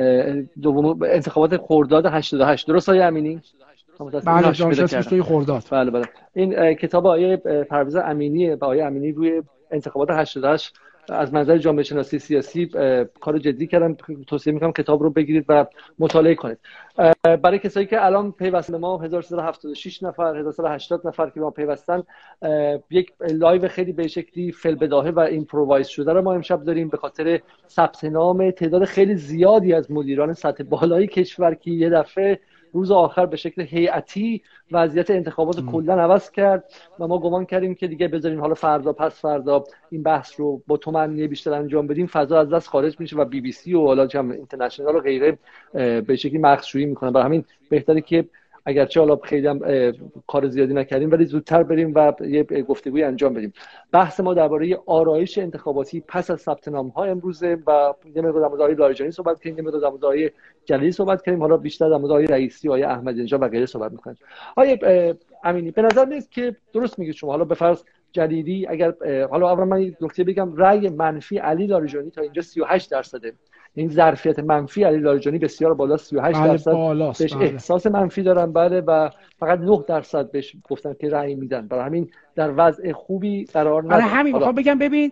A: دوم انتخابات خرداد هشتاد و هشت، درست آیه امینی؟
B: بله، جامعه شناسی خرداد.
A: بله بله. این کتاب آیه پرویز امینی و آیه امینی روی انتخابات هشتاد و هشت از منظر جامعه شناسی سیاسی کار جدی کردم، توصیه میکنم کتاب رو بگیرید و مطالعه کنید. برای کسایی که الان پیوستن ما هزار و سیصد و هفتاد و شش نفر، هزار و سیصد و هشتاد نفر که ما پیوستن، یک لایو خیلی به شکلی فی‌البداهه و ایمپرووایز شده رو ما امشب داریم به خاطر ثبت نام تعداد خیلی زیادی از مدیران سطح بالای کشور که یه دفعه روز آخر به شکل هیئتی وضعیت انتخابات کلا عوض کرد و ما گمان کردیم که دیگه بذاریم حالا فردا پس فردا این بحث رو با تومنی بیشتر انجام بدیم، فضا از دست خارج میشه و بی بی سی و حالا جام اینترنشنال و غیره به شکلی مخشویی میکنن. برای همین بهتره که اگرچه حالا خیلی هم کار زیادی نکردیم ولی زودتر بریم و یه گفتگوی انجام بدیم. بحث ما درباره آرایش انتخاباتی پس از ثبت نام‌ها امروزه و یه مقدار در مورد آقای لاریجانی صحبت کردیم، یه مقدار در مورد آقای جلیلی صحبت کردیم، حالا بیشتر در مورد آقای رئیسی و آقای احمدی نژاد و غیره صحبت می‌کنیم. آقای امینی، به نظر میاد که درست میگید شما، حالا به فرض جلیلی اگر حالا اولا من یک نکته بگم، رأی منفی علی لاریجانی تا اینجا سی و هشت درصده، این ظرفیت منفی علی لاریجانی بسیار بالا، سی و هشت درصد بهش بله. احساس منفی دارن بله و فقط نه درصد بهش گفتن که رأی میدن، برای همین در وضع خوبی قرار نداره.
B: برای همین میخوام بگم ببین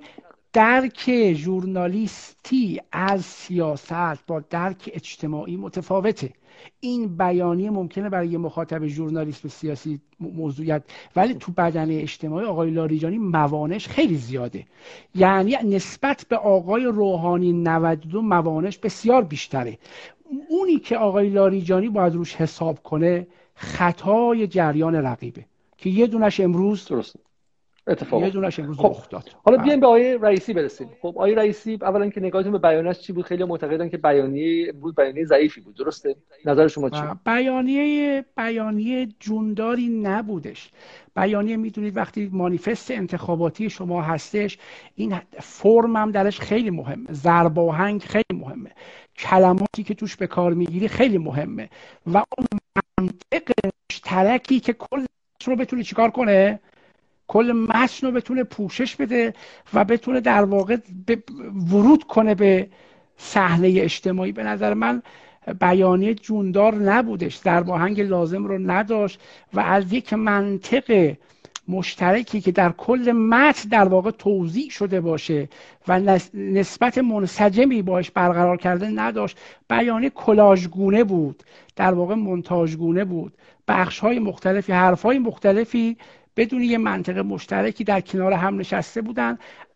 B: درک ژورنالیستی از سیاست با درک اجتماعی متفاوته. این بیانیه ممکنه برای یه مخاطب ژورنالیسم سیاسی موضوعیت، ولی تو بدنه اجتماعی آقای لاریجانی موانعش خیلی زیاده، یعنی نسبت به آقای روحانی نود و دو موانعش بسیار بیشتره. اونی که آقای لاریجانی باید روش حساب کنه خطای جریان رقیبه که یه دونش امروز درست
A: اتفاق
B: یه دونش امروز
A: خب.
B: رخ داد.
A: حالا بیایم به آقای رئیسی برسیم. خب آقای رئیسی، اولا که نگاهتون به بیانش چی بود؟ خیلی معتقدن که بیانیه بود بیانیه ضعیفی بود، درسته؟ نظر شما چیه؟
B: بیانیه بیانیه جونداری نبودش. بیانیه میدونید وقتی مانیفست انتخاباتی شما هستش، این فرم هم درش خیلی مهمه، ضرب آهنگ خیلی مهمه، کلماتی که توش به کار میگیری خیلی مهمه و اون منطق مشترکی که کل رو بتونه چیکار کنه، کل متن رو بتونه پوشش بده و بتونه در واقع ورود کنه به صحنه اجتماعی. به نظر من بیانیه جوندار نبودش، ضرب آهنگ لازم رو نداشت و از یک منطق مشترکی که در کل متن در واقع توضیح شده باشه و نسبت منسجمی باش برقرار کرده نداشت. بیانیه کلاژگونه بود، در واقع مونتاژگونه بود، بخش‌های مختلفی، حرف‌های مختلفی بدون یه منطق مشترکی در کنار هم نشسته بودن.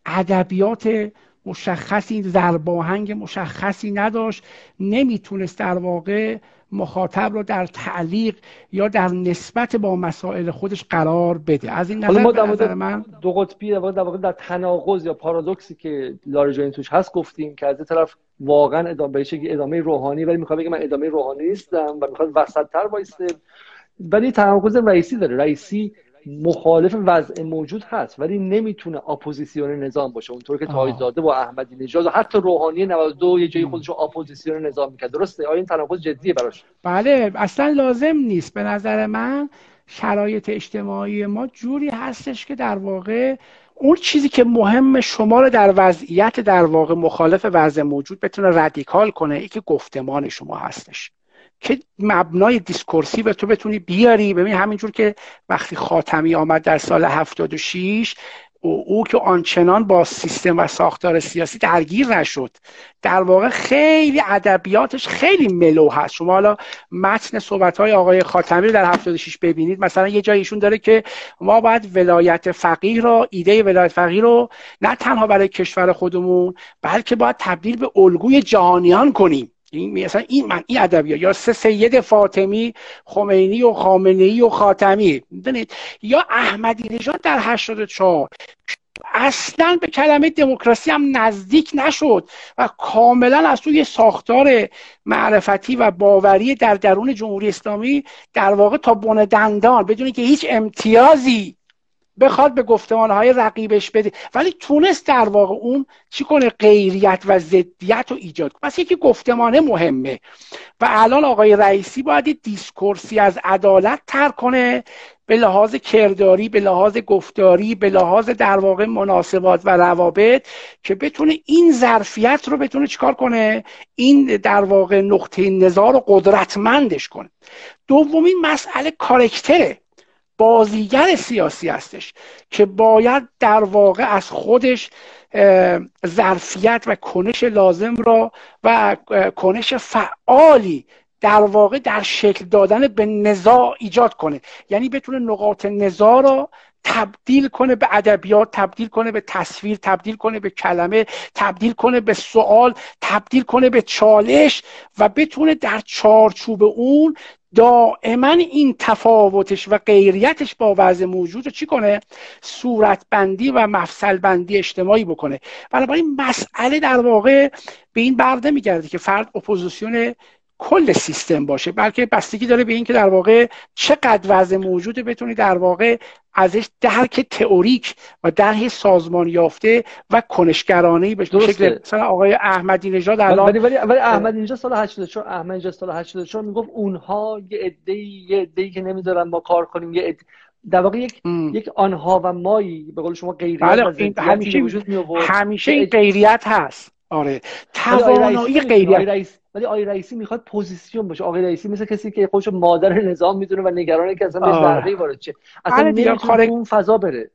B: ادبیات مشخصی، ضرباهنگ مشخصی نداشت، نمیتونست در واقع مخاطب رو در تعلیق یا در نسبت با مسائل خودش قرار بده. از این نظر به نظر من
A: دو قطبی در واقع در تناقض یا پارادوکسی که لاریجانی توش هست گفتیم که از این طرف واقعا ادامه به شکلی ادامه روحانی، ولی میخوام بگم من ادامه روحانی نیستم و میخواد وسط‌تر وایسته. ولی تناقض رئیسی داره. رئیسی مخالف وضع موجود هست ولی نمیتونه اپوزیسیون نظام باشه، اونطور که تاج‌زاده با احمدی نژاد و حتی روحانی نود و دو یه جایی خودش رو اپوزیسیون نظام میکرد. درسته؟ آیا این تناقض جدیه براش؟
B: بله، اصلا لازم نیست. به نظر من شرایط اجتماعی ما جوری هستش که در واقع اون چیزی که مهم شما رو در وضعیت در واقع مخالف وضع موجود بتونه رادیکال کنه، ای که گفتمان شما هستش که مبنای دیسکورسیو تو بتونی بیاری. ببین همینجور که وقتی خاتمی آمد در سال هفتاد و شش، او, او که آنچنان با سیستم و ساختار سیاسی درگیر نشد، در واقع خیلی ادبیاتش خیلی ملو هست. شما حالا متن صحبت‌های آقای خاتمی رو در هفتاد و شش ببینید، مثلا یه جایی ایشون داره که ما باید ولایت فقیه رو، ایده ولایت فقیه رو نه تنها برای کشور خودمون بلکه باید تبدیل به الگوی جهانیان کنیم. این مثلا این من این ادبیات یا سه سید فاطمی، خمینی و خامنه‌ای و خاتمی، میدونید، یا احمدی نژاد در هشتاد و چهار اصلا به کلمه دموکراسی هم نزدیک نشد و کاملا از توی ساختار معرفتی و باوری در درون جمهوری اسلامی در واقع تا بن دندان بدون که هیچ امتیازی بخواد به گفتمانهای رقیبش بده، ولی تونست در واقع اون چی کنه؟ غیریت و ضدیت رو ایجاد کنه. پس یکی گفتمانه مهمه و الان آقای رئیسی باید دیسکورسی از عدالت تر کنه، به لحاظ کرداری، به لحاظ گفتاری، به لحاظ در واقع مناسبات و روابط، که بتونه این ظرفیت رو بتونه چیکار کنه؟ این در واقع نقطه نظار رو قدرتمندش کنه. دومین مسئله کاراکتره، بازیگر سیاسی هستش که باید در واقع از خودش ظرفیت و کنش لازم را و کنش فعالی در واقع در شکل دادن به نزاع ایجاد کنه. یعنی بتونه نقاط نزاع را تبدیل کنه به ادبیات، تبدیل کنه به تصویر، تبدیل کنه به کلمه، تبدیل کنه به سوال، تبدیل کنه به چالش و بتونه در چارچوب اون دائما این تفاوتش و غیریتش با وضع موجود رو چی کنه؟ صورتبندی و مفصل بندی اجتماعی بکنه. بنابراین مسئله در واقع به این بر نمیگرده که فرد اپوزیسیون کل سیستم باشه، بلکه بستگی داره به این که در واقع چقدر وضع موجود بتونی در واقع ازش درک تئوریک و درک سازمان یافته و کنشگرانه‌ای به شکل مثلا آقای احمدی نژاد الان.
A: ولی ولی ولی احمدی نژاد سال هشتاد و چهار احمدی نژاد سال هشتاد و چهار میگفت اونها یه عده‌ای یه عده‌ای که نمیذارن ما کار کنیم، یه عده... در واقع یک ام. یک آنها و مایی، به قول شما غیریت
B: و ضدیت همیشه وجود می‌آورد. همیشه این غیریت هست. آره، توانایی غیریت.
A: ولی آقای رئیسی میخواد پوزیسیون باشه. آقای رئیسی مثل کسی که خودشو مادر نظام میدونه و نگرانه که اصلا به ضربه‌ای وارد شه، اصلا نمیتونه کار... اون فضا بره.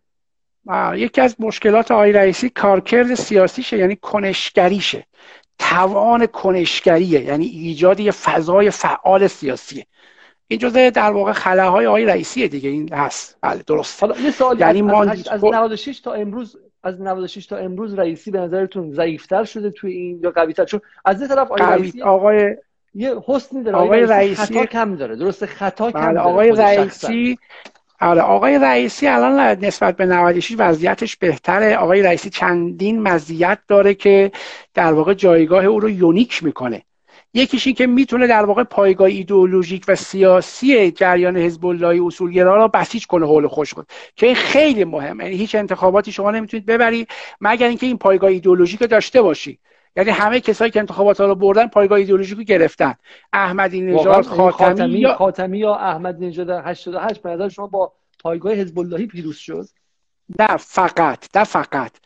B: یکی از مشکلات آقای رئیسی کارکرد سیاسیشه، یعنی کنشگریشه، توان کنشگریه، یعنی ایجاد یه فضای فعال سیاسیه. این جزء در واقع خلاهای آقای رئیسیه دیگه. این هست. بله درست.
A: حالا یه سوالی یعنی از, ما... از, از نود و شش تا امروز از نود و شش تا امروز رئیسی به نظرتون ضعیف‌تر شده توی این یا قوی‌تر؟ چون از این طرف آقای رئیسی
B: آقای
A: یه حسنی داره،
B: آقای رئیسی
A: خطا کم داره. درسته خطا کم
B: داره.
A: داره.
B: آقای رئیسی آره آقای رئیسی الان نسبت به نود و شش وضعیتش بهتره. آقای رئیسی چندین مزیت داره که در واقع جایگاه او رو یونیک میکنه. یکیش این که میتونه در واقع پایگاه ایدئولوژیک و سیاسی جریان حزب الله اصولگرا را بسیج کنه حول خوش خود، که این خیلی مهمه. یعنی هیچ انتخاباتی شما نمیتونید ببری مگر اینکه این پایگاه ایدئولوژیک رو داشته باشی. یعنی همه کسایی که انتخابات رو بردن پایگاه ایدئولوژیک رو گرفتن. احمدی نژاد، خاتمی,
A: خاتمی یا خاتمی یا احمدی نژاد هشتاد و هشت به نظر شما با پایگاه حزب اللهی پیروز شد؟
B: نه فقط، نه فقط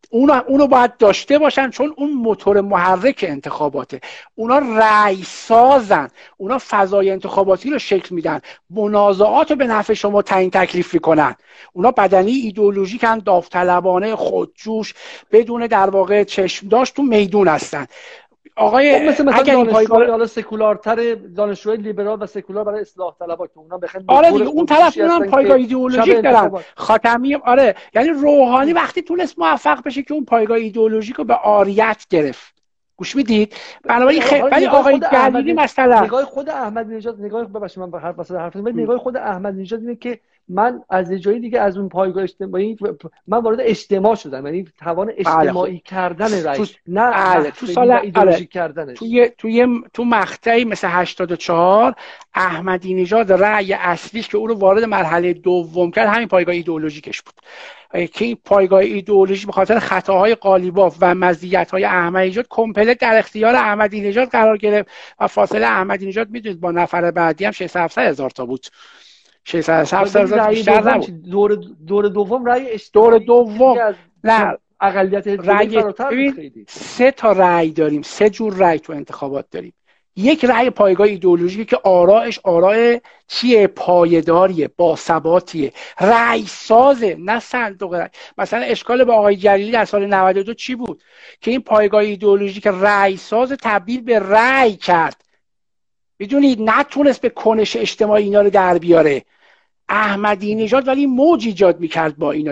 B: اونو اونو باید داشته باشن، چون اون موتور محرک انتخاباته. اونا رأی سازن، اونا فضای انتخاباتی رو شکل میدن، منازعات رو به نفع شما تعیین تکلیف میکنن. اونا بدنی ایدئولوژیکن، داوطلبانه، خودجوش، بدون در واقع چشم داشت تو میدون هستن. آقای
A: خب مثل مثلا
B: اگر این
A: دانشجوهای
B: پایگاه
A: حالا سکولارتر، دانشجوهای لیبرال و سکولار برای اصلاح طلبها که اونا بخن
B: آره
A: موتور
B: دیگه، اون طرف
A: خودجوشی
B: اونم
A: هستن
B: پایگاه
A: که شب
B: ایدئولوژیک دارن.
A: انتخابات.
B: خاتمی آره، یعنی روحانی وقتی تونست موفق بشه که اون پایگاه ایدئولوژیک رو به عاریت گرفت. گوش میدید؟ بنابراین خ...
A: حالا
B: ولی
A: نگاه
B: آقای
A: خود
B: جلیلی
A: احمدی
B: مثلا
A: نگاه خود احمدی نژاد، نگاه ببخشید من حرف واسه حرف ولی نگاه خود احمدی نژاد اینه که من از یه جایی دیگه، از اون پایگاه اجتماعی من وارد اجتماع شدم، یعنی توان
B: بله خب
A: اجتماعی کردن رأی،
B: تو
A: نه
B: بله تو
A: محفلی و
B: سال آره
A: ایدئولوژیک کردنش.
B: توی توی تو مقطعی مثل هشتاد و چهار احمدی نژاد رأی اصلیش که او رو وارد مرحله دوم کرد همین پایگاه ایدئولوژیکش بود، که این پایگاه ایدئولوژی به خاطر خطاهای قالیباف و مزیت‌های احمدی نژاد کامپلت در اختیار احمدی نژاد قرار گرفت و فاصله احمدی نژاد میدونید با نفر بعدی هم ششصد هفتصد هزار تا بود. ششصد هفتصد هزار بیشتر نبود.
A: دور دور دوم رأی
B: دور
A: اجتماعی
B: دوم
A: از
B: نه
A: اقلیت حزب الله
B: رأی
A: فراتر بود
B: ببین
A: خیلی.
B: سه تا رأی داریم، سه جور رأی تو انتخابات داریم. یک رأی پایگاه ایدئولوژیکه که آرایش آرای چیه؟ پایداریه، باثباتیه، رأی سازه، نه صندوق رأی. مثلا اشکال با آقای جلیلی در سال نود و دو چی بود؟ که این پایگاه ایدئولوژیک رأی ساز تبدیل به رأی کرد. میدونید نتونست به کنش اجتماعی اینا رو در بیاره. احمدی نژاد ولی موج ایجاد میکرد با اینا.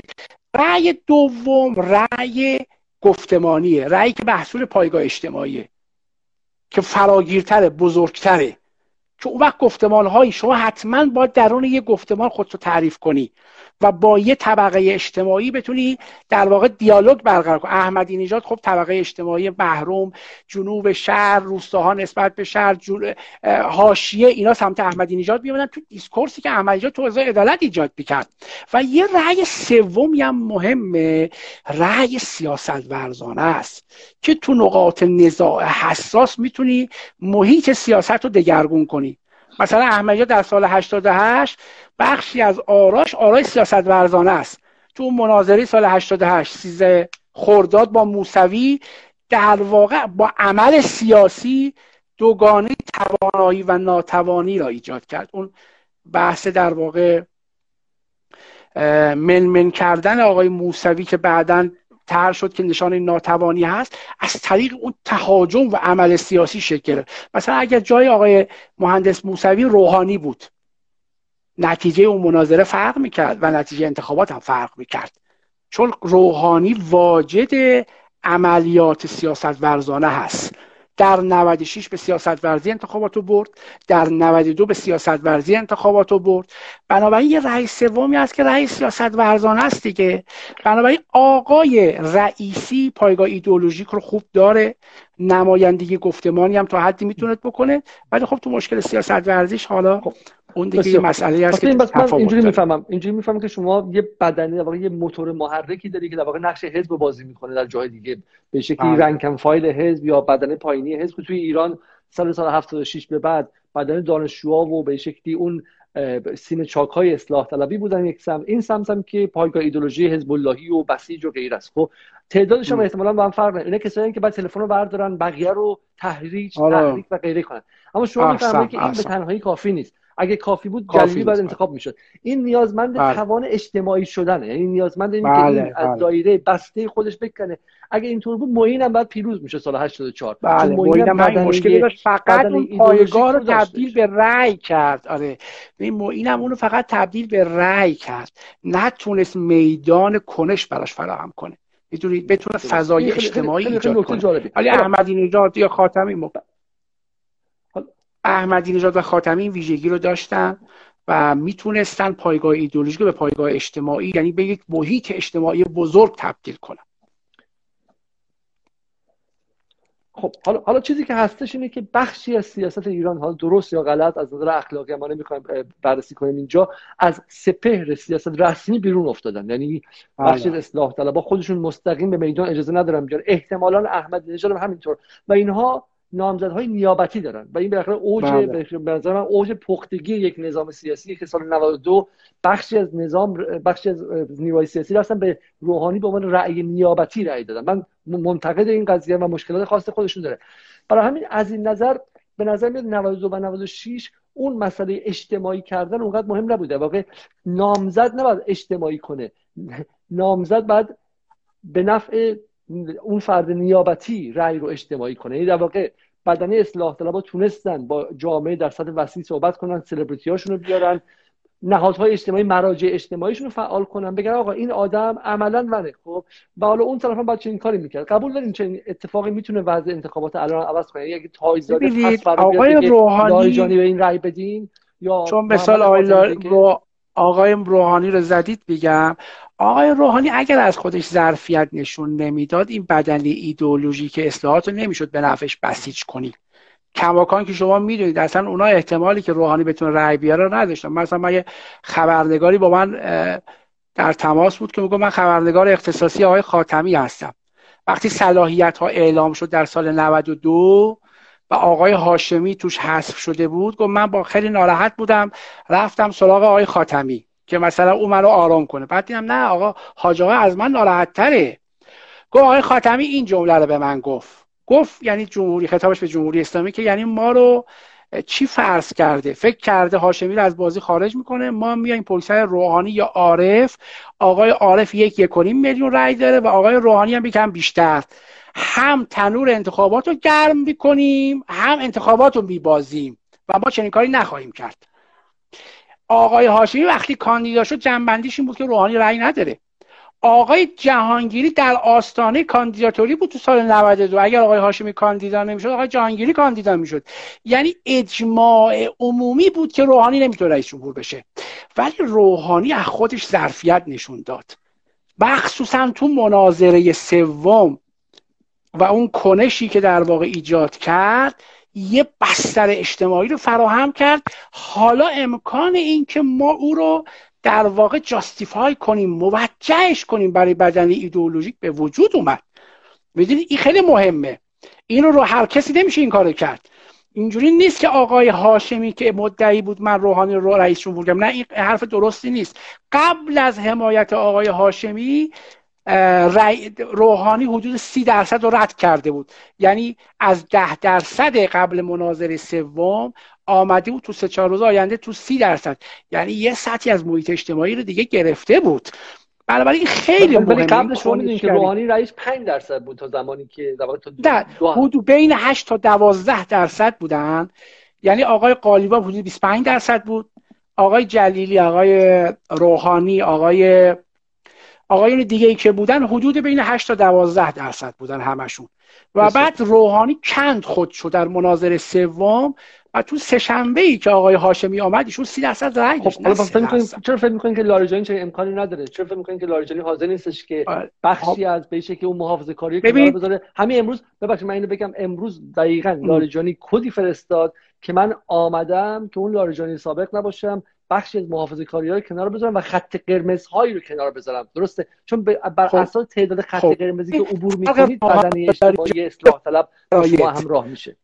B: رأی دوم رأی گفتمانیه، رأیی که محصول پایگاه اجتماعیه، که فراگیرتره، بزرگتره، که اون وقت گفتمان‌هایی شما حتما باید درون یه گفتمان خودتو تعریف کنی و با یه طبقه اجتماعی بتونی در واقع دیالوگ برقرار کنی. احمدی نژاد خب طبقه اجتماعی محروم، جنوب شهر، روستاها نسبت به شهر، حاشیه، اینا سمت احمدی نژاد میومدن تو دیسکورسی که احمدی نژاد تو حوزه عدالت ایجاد میکرد. و یه رأی سومی هم مهمه، رأی سیاست ورزانه است که تو نقاط نزاع حساس میتونی محیط سیاست رو دگرگون کنی. مثلا احمدی در سال هشتاد و هشت بخشی از آراش آرای سیاست ورزانه است. تو مناظره سال هشتاد و هشت سیزده خرداد با موسوی در واقع با عمل سیاسی دوگانه توانایی و ناتوانی را ایجاد کرد. اون بحث در واقع منمن کردن آقای موسوی که بعداً طرح شد که نشان ناتوانی هست، از طریق اون تهاجم و عمل سیاسی شکل گرفت. مثلا اگر جای آقای مهندس موسوی روحانی بود، نتیجه اون مناظره فرق میکرد و نتیجه انتخابات هم فرق میکرد، چون روحانی واجد عملیات سیاست ورزانه هست. در نود و شش به سیاست ورزی انتخاباتو برد، در نود و دو به سیاست ورزی انتخاباتو برد. بنابراین یه رئیس سومی هست که رئیس سیاست ورزانه است دیگه. بنابراین آقای رئیسی پایگاه ایدئولوژیک رو خوب داره، نمایندگی گفتمانی هم تا حدی میتونه بکنه، ولی خب تو مشکل سیاست ورزیش حالا خب اون دیگه یه مسئله است که
A: بس من اینجوری میفهمم اینجوری میفهمم که شما یه بدنه، در واقع یه موتور محرکی داری که در واقع نقش حزب بازی میکنه در جای دیگه، به شکلی رنکن فایل حزب یا بدنه پایینی حزب. توی ایران سال سال هفتاد و شش به بعد بدنه دانشجوها و به شکلی اون سیم چاک‌های اصلاح طلبی بودن یک سمت، این سمت هم که پایگاه ایدئولوژی حزب اللهی و بسیج و غیره است. خب تعدادش هم احتمالاً با هم فرق نداره. اینا کسایی که بعد تلفن رو بردارن بقیه رو تحریک تحریک و غیره کنن. اما شما میفهمید که این به تنهایی کافی نیست. اگه کافی بود جلیلی بعد انتخاب میشد. این نیازمند بله. توان اجتماعی شدنه، یعنی نیازمند اینه بله. که این بله. از دایره بسته خودش بکنه. اگه اینطور بود معین هم بعد پیروز میشه سال هشتاد و چهار.
B: بله. چون معین هم همین مشکلی داشت، فقط اون پایگاه رو تبدیل به رأی کرد. آره این معین هم اونو فقط تبدیل به رأی کرد، نتونست میدان کنش براش فراهم کنه. میدونید بتونه فضای اجتماعی ایجاد کنه. ولی احمدی نژاد یا خاتمی مب... احمدی نژاد و خاتمی این ویژگی رو داشتن و میتونستن پایگاه ایدئولوژیک رو به پایگاه اجتماعی، یعنی به یک محیط اجتماعی بزرگ تبدیل کنن.
A: خب حالا حالا چیزی که هستش اینه که بخشی از سیاست ایران، حالا درست یا غلط از نظر اخلاقی ما نمیخوایم بررسی کنیم اینجا، از سپهر سیاست رسمی بیرون افتادن. یعنی بخشی از اصلاح طلبها خودشون مستقیم به میدان اجازه ندارن بیان، احتمالاً احمدی نژاد هم همینطور، و اینها نامزدهای نیابتی دارن و این بالاخره اوج به نظر من اوج پختگی یک نظام سیاسی که سال نود و دو بخشی از نظام بخشی از نیروهای سیاسی رفتن به روحانی به عنوان رأی نیابتی رأی دادن. من منتقد این قضیه و مشکلات خاص خودشون داره. برای همین از این نظر به نظر میاد نود و دو و نود و شش اون مسئله اجتماعی کردن اونقدر مهم نبوده. واقعا نامزد نباید اجتماعی کنه، نامزد باید به نفع اون فرد نیابتی رأی رو اجتماعی کنه. یعنی در واقع بدنه اصلاح طلبها تونستن با جامعه در سطح وسیع صحبت کنن، سلبریتی هاشون رو بیارن، نهادهای اجتماعی، مراجع اجتماعیشون رو فعال کنن، بگن آقا این آدم عملاً منه. خب و حالا اون طرف هم باید چنین کاری میکرد. قبول دارین چنین اتفاقی میتونه وضع انتخابات الان عوض کنه؟ اگه تایزاده پس فرض
B: آقای روحانی
A: لاریجانی به این رأی بدین، یا
B: چون مثال آقای رو آقای روحانی رو زدید بگم، آقای روحانی اگر از خودش ظرفیت نشون نمیداد این بدنه ایدئولوژیک اصلاحات رو نمیشد به نفعش بسیج کنی. کماکان که شما میدونید اصلا اونا احتمالی که روحانی بتونه رأی بیاره رو نداشتن. مثلا من یه خبرنگاری با من در تماس بود که میگه من خبرنگار اختصاصی آقای خاتمی هستم. وقتی صلاحیت ها اعلام شد در سال نود و دو و آقای هاشمی توش حذف شده بود، گفت من با خیلی ناراحت بودم، رفتم سراغ آقای خاتمی که مثلا او منو آرام کنه. بعد دیدم نه آقا حاج آقا از من ناراحت تره. گفت آقای خاتمی این جمله رو به من گفت گفت یعنی جمهوری، خطابش به جمهوری اسلامی، که یعنی ما رو چی فرض کرده؟ فکر کرده هاشمی رو از بازی خارج میکنه، ما میایم پشت سر روحانی یا عارف. آقای عارف یک یک و نیم میلیون رأی داره و آقای روحانی هم یکم بیشتر. هم تنور انتخابات رو گرم میکنیم هم انتخابات رو میبازیم و ما چنین کاری نخواهیم کرد. آقای هاشمی وقتی کاندیدا شد جنبندیش این بود که روحانی رأی نداره. آقای جهانگیری در آستانه کاندیداتوری بود تو سال نود و دو. اگر آقای هاشمی کاندیدا نمیشد آقای جهانگیری کاندیدا میشد. یعنی اجماع عمومی بود که روحانی نمیتونه رئیس جمهور بشه، ولی روحانی از خودش ظرفیت نشون داد، مخصوصا تو مناظره سوم و اون کنشی که در واقع ایجاد کرد یه بستر اجتماعی رو فراهم کرد. حالا امکان این که ما او رو در واقع جاستیفای کنیم، موجهش کنیم برای بدنه ایدئولوژیک به وجود اومد. میدونید این خیلی مهمه، اینو رو هر کسی نمیشه این کارو کرد. اینجوری نیست که آقای هاشمی که مدعی بود من روحانی رو رئیس جمهور کردم، نه این حرف درستی نیست. قبل از حمایت آقای هاشمی روحانی حدود سی درصد رو رد کرده بود، یعنی از ده درصد قبل مناظره سوم آمده بود تو سه چهار روز آینده تو سی درصد، یعنی یه سطحی از محیط اجتماعی رو دیگه گرفته بود. بنابراین خیلی مهمه.
A: ولی قبلش شما میدونید که روحانی رئیس پنج درصد بود تا زمانی که در واقع
B: تا حدود بین هشت تا دوازده درصد بودن. یعنی آقای قالیباف حدود بیست و پنج درصد بود، آقای جلیلی، آقای روحانی، آقای آقایون دیگه ای که بودن حدود بین هشت تا دوازده درصد بودن همشون. و بعد روحانی کند خود شد در مناظره سوم و تو سه‌شنبه ای که آقای هاشمی آمد ایشون سی درصد رأی داشت.
A: خب چرا فکر می‌کنین که لاریجانی چه امکانی نداره؟ چرا فکر می‌کنین که لاریجانی حاضر نیستش که بخشی از بهشه که اون محافظه‌کاری کنار بذاره؟ همین امروز ببخشید من اینو بگم، امروز دقیقاً لاریجانی کدی فرستاد که من آمدم که اون لاریجانی سابق نباشم، بخشی از محافظه‌کاری‌ها رو کنار بذارم و خط قرمزهایی رو کنار بذارم. درسته؟ چون بر
B: خب.
A: اساس تعداد خط خب. قرمزی که عبور می‌کنید بدنه اجتماعی اصلاح طلب شما همراه میشه.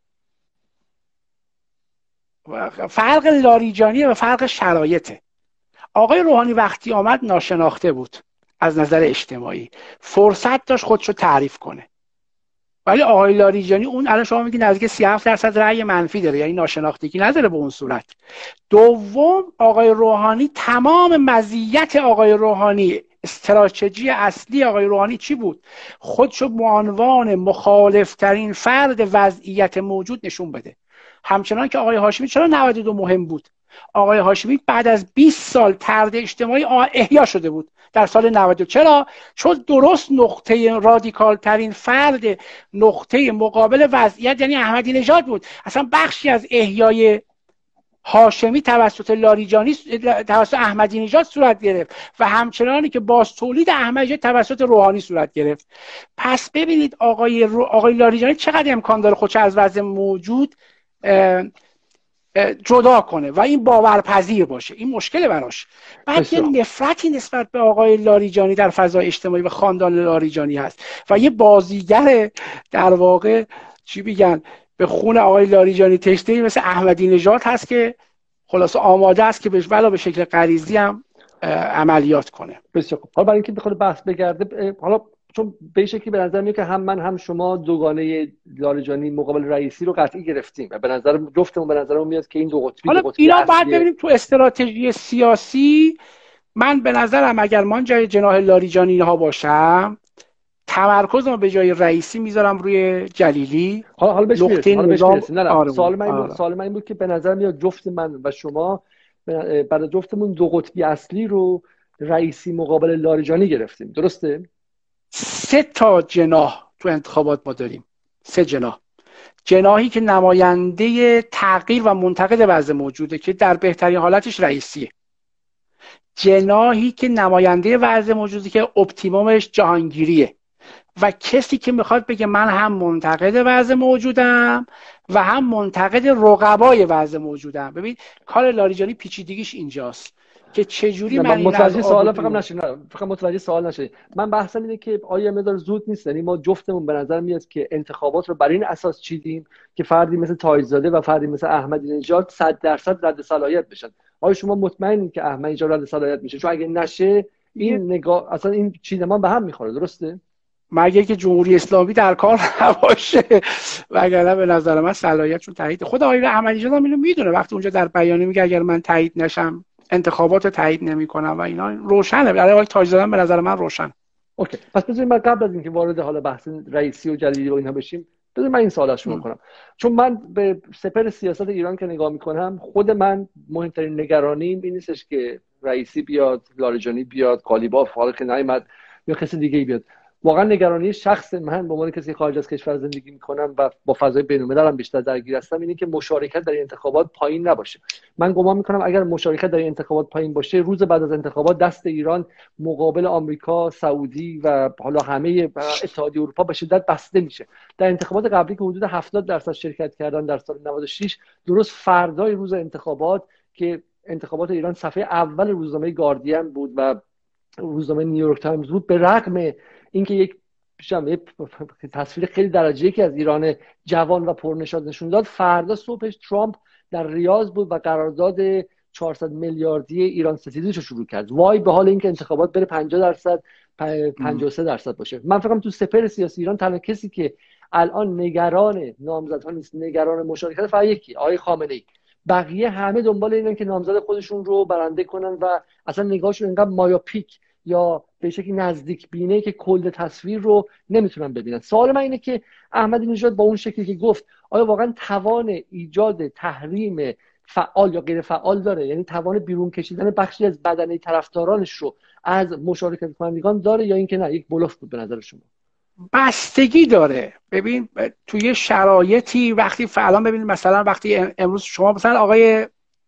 B: فرق لاریجانی و فرق شرایطه. آقای روحانی وقتی آمد ناشناخته بود از نظر اجتماعی، فرصت داشت خودشو تعریف کنه. ولی آقای لاریجانی اون الان شما میگید نزدیک سی و هفت درصد رأی منفی داره، یعنی ناشناختگی نداره به اون صورت. دوم، آقای روحانی تمام مزیت آقای روحانی، استراتژی اصلی آقای روحانی چی بود؟ خودشو به عنوان مخالفترین فرد وضعیت موجود نشون بده. همچنان که آقای هاشمی چرا نود و دو مهم بود؟ آقای هاشمی بعد از بیست سال طرد اجتماعی احیا شده بود در سال نود و دو. چرا؟ چون درست نقطه رادیکال ترین فرد، نقطه مقابل وضعیت یعنی احمدی نژاد بود. اصلا بخشی از احیای هاشمی توسط لاریجانی توسط احمدی نژاد صورت گرفت و همچنانی که باز تولید احمدی نژاد توسط روحانی صورت گرفت. پس ببینید آقای رو... آقای لاریجانی چقدر امکان داره خودش از وضع موجود اه... اه... جدا کنه و این باورپذیر باشه. این مشکل براش. بعد یه نفرتی نسبت به آقای لاریجانی در فضای اجتماعی و خاندان لاریجانی هست و یه بازیگر در واقع چی بگن به خون آقای لاریجانی تشنه‌ای مثل احمدی نژاد هست که خلاص آماده است که بهش ولی به شکل غریزی هم عملیات کنه.
A: بسیار خوب. حالا برای اینکه بخواد بحث بگرده، حالا چون به شکلی به نظر میاد که هم من هم شما دوگانه لاریجانی مقابل رئیسی رو قطعی گرفتیم و به نظر جفتمون به نظرمون میاد که این دو قطبی
B: حالا
A: دو قطبی
B: اینا بعد ببینیم تو استراتژی سیاسی. من به نظرم اگر من جای جناح لاریجانی ها باشم تمرکزم به جای رئیسی میذارم روی جلیلی.
A: حالا حالا بهش میرسیم حالا بهش میرسیم نه نه
B: آره
A: سوال من این
B: آره.
A: بود سوال من این بود که به نظر میاد جفت من و شما برای جفتمون دو قطبی اصلی رو رئیسی مقابل لاریجانی گرفتیم، درسته؟
B: سه تا جناح تو انتخابات ما داریم، سه جناح. جناحی که نماینده تغییر و منتقد وضع موجوده که در بهترین حالتش رئیسیه. جناحی که نماینده وضع موجوده که اپتیمومش جهانگیریه و کسی که میخواد بگه من هم منتقد وضع موجودم و هم منتقد رقبای وضع موجودم. ببین کار لاریجانی پیچیدگیش اینجاست که چجوری من
A: متوجه سوال فقط نشین فقط متوجه سوال نشین. من بحثم اینه که آیا مقدار زود نیست؟ یعنی ما جفتمون به نظر میاد که انتخابات رو بر این اساس چیدیم که فردی مثل تاج‌زاده و فردی مثل احمدی نژاد صد درصد رد صلاحیت بشن. آیا شما مطمئنید که احمدی نژاد رد صلاحیت میشه؟ چون اگه نشه این نگاه اصلا این چیدمان به هم میخوره، درسته؟
B: مگه که جمهوری اسلامی در کار نباشه، وگرنه به نظر من صلاحیتشون تایید. خود آقای احمدی نژاد هم اینو میدونه، وقتی اونجا در بیانیه میگه اگر من تایید نشم انتخابات رو تایید نمی‌کنم و اینا روشنه. برای آقای تاج‌زاده به نظر من روشن.
A: اوکی، پس بذارید من قبل از اینکه وارد حالا بحث رئیسی و جلیلی و اینا بشیم بذارید من این سوال شروع کنم. چون من به سپر سیاست ایران که نگاه میکنم، خود من مهمترین نگرانیم این نیستش که رئیسی بیاد، لاریجانی بیاد، قالیباف حالا که نیامد یا کسی دیگه بیاد. واقعا نگرانی شخص من به عنوان کسی خارج از کشور زندگی میکنم و با فضای بین‌الملل هم بیشتر درگیر هستم اینه که مشارکت در این انتخابات پایین نباشه. من گمان میکنم اگر مشارکت در این انتخابات پایین باشه، روز بعد از انتخابات دست ایران مقابل آمریکا، سعودی و حالا همه اتحادیه اروپا به شدت بسته میشه. در انتخابات قبلی که حدود هفتاد درصد شرکت کردن در سال نود و شش، درست فردای روز انتخابات که انتخابات ایران صفحه اول روزنامه گاردین بود و روزنامه نیویورک تایمز بود، به رغم اینکه یک تصویر خیلی درجه یکی از ایران جوان و پرنشاط نشون داد، فردا صبحش ترامپ در ریاض بود و قرارداد چهارصد میلیاردی ایران ستیزیش رو شروع کرد. وای به حال اینکه انتخابات بره پنجاه درصد پنجاه و سه درصد باشه. من فکر کنم تو سپر سیاسی ایران تنها کسی که الان نگران نامزدها نیست، نگران مشارکت فقط یکی، آقای خامنه‌ای. بقیه همه دنبال اینن که نامزد خودشون رو برنده کنن و اصلا نگاهشون انقدر مایوپیک یا به شکلی نزدیک بینه که کل تصویر رو نمیتونن ببینن. سوال من اینه که احمدی نژاد با اون شکلی که گفت آیا واقعا توان ایجاد تحریم فعال یا غیر فعال داره؟ یعنی توان بیرون کشیدن بخشی از بدنه طرفدارانش رو از مشارکت کنندگان داره یا اینکه نه یک بلوف بود به نظر شما؟
B: بستگی داره. ببین توی شرایطی وقتی فعلا ببینید مثلا وقتی امروز شما مثلا آقای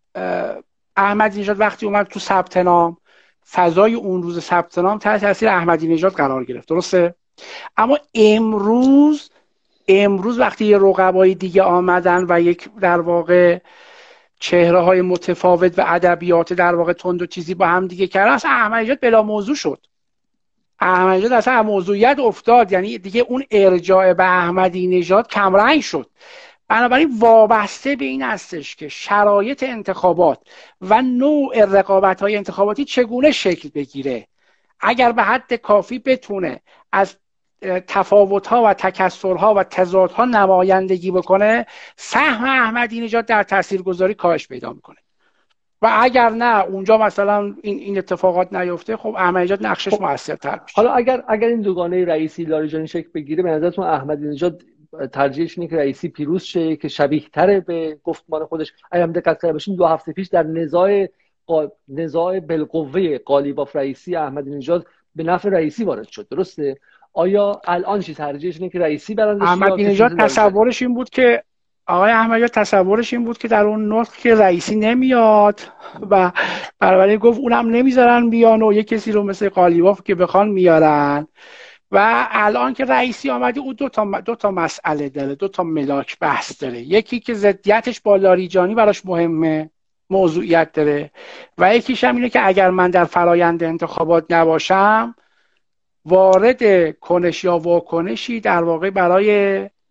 B: احمدی نژاد وقتی اومد تو ثبت نام، فضای اون روز ثبت نام تحت تاثیر احمدی نژاد قرار گرفت، درسته؟ اما امروز امروز وقتی یه رقبای دیگه آمدن و یک در واقع چهره های متفاوت و ادبیات در واقع تند و چیزی با هم دیگه کردن، اصلا احمدی نژاد بلا موضوع شد. احمدی نژاد اصلا موضوعیت افتاد، یعنی دیگه اون ارجاع به احمدی نژاد کمرنگ شد. بنابراین وابسته به این هستش که شرایط انتخابات و نوع رقابت‌های انتخاباتی چگونه شکل بگیره. اگر به حد کافی بتونه از تفاوت‌ها و تکثرها و تضادها نمایندگی بکنه، سهم احمدی نژاد در تاثیرگذاری کاهش پیدا میکنه. و اگر نه اونجا مثلا این این اتفاقات نیفته، خب احمدی نژاد نقشش موثرتر میشه.
A: حالا اگر اگر این دوگانه رئیسی لاریجانی شکل بگیره، به نظرتون احمدی نژاد ترجیحش اینه که رئیسی پیروز شه که شبیه تره به گفتمان خودش؟ اگه هم دقت کرده باشین دو هفته پیش در نزاع قا... نزاع بالقوه قالیباف رئیسی، احمدی نژاد به نفع رئیسی وارد شد، درسته؟ آیا الان چی ترجیحش اینه که رئیسی برنده شه؟
B: احمدی نژاد تصورش این بود که آقای احمدی نژاد تصورش این بود که در اون نطق که رئیسی نمیاد و بنابراین گفت اونم نمیذارن بیان و یک کسی رو مثل قالیباف که بخوان میارن. و الان که رئیسی آمده او دو تا دو تا مسئله داره، دو تا ملاک بحث داره. یکی که ضدیتش با لاریجانی براش مهمه، موضوعیت داره، و یکیش هم اینه که اگر من در فرایند انتخابات نباشم، وارد کنش یا واکنشی در واقع برای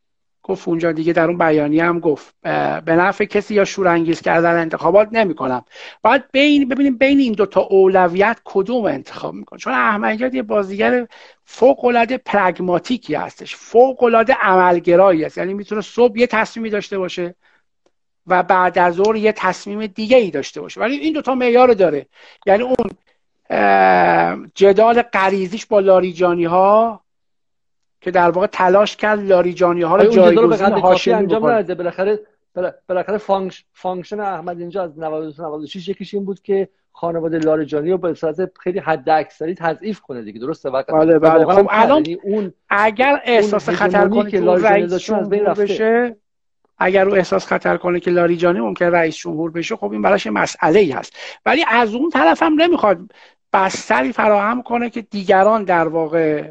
B: گفت اونجا دیگه، در اون بیانیه هم گفت به نفع کسی یا شورانگیز کردن انتخابات نمی‌کنم. باید بین ببینیم بین این دو تا اولویت کدوم انتخاب میکنه، چون احمدی نژاد یه بازیگر فوق العاده پرگماتیکی هستش، فوق العاده عملگرایی است. یعنی میتونه صبح یه تصمیمی داشته باشه و بعد از ظهر یه تصمیم دیگه ای داشته باشه، ولی این دو تا معیار داره. یعنی اون جدال غریزیش با لاریجانی ها که در واقع تلاش کرد لاریجانی ها رو جایگزین هاشمی بکنه،
A: بالاخره بالاخره فانکش فانکشن احمدی اینجا از نود و دو تا نود و شش یکیش این بود که خانواده لاریجانی رو به صورت خیلی حد اکثری تضعیف کنه دیگه، درسته؟
B: بله بله. خب الان اون اگر احساس خطر کنه که رئیس جمهور بشه، اگر او احساس خطر کنه که لاریجانی ممکن رئیس جمهور بشه، خب این براش مسئله ای هست. ولی از اون طرف هم نمیخواد بستری فراهم کنه که دیگران در واقع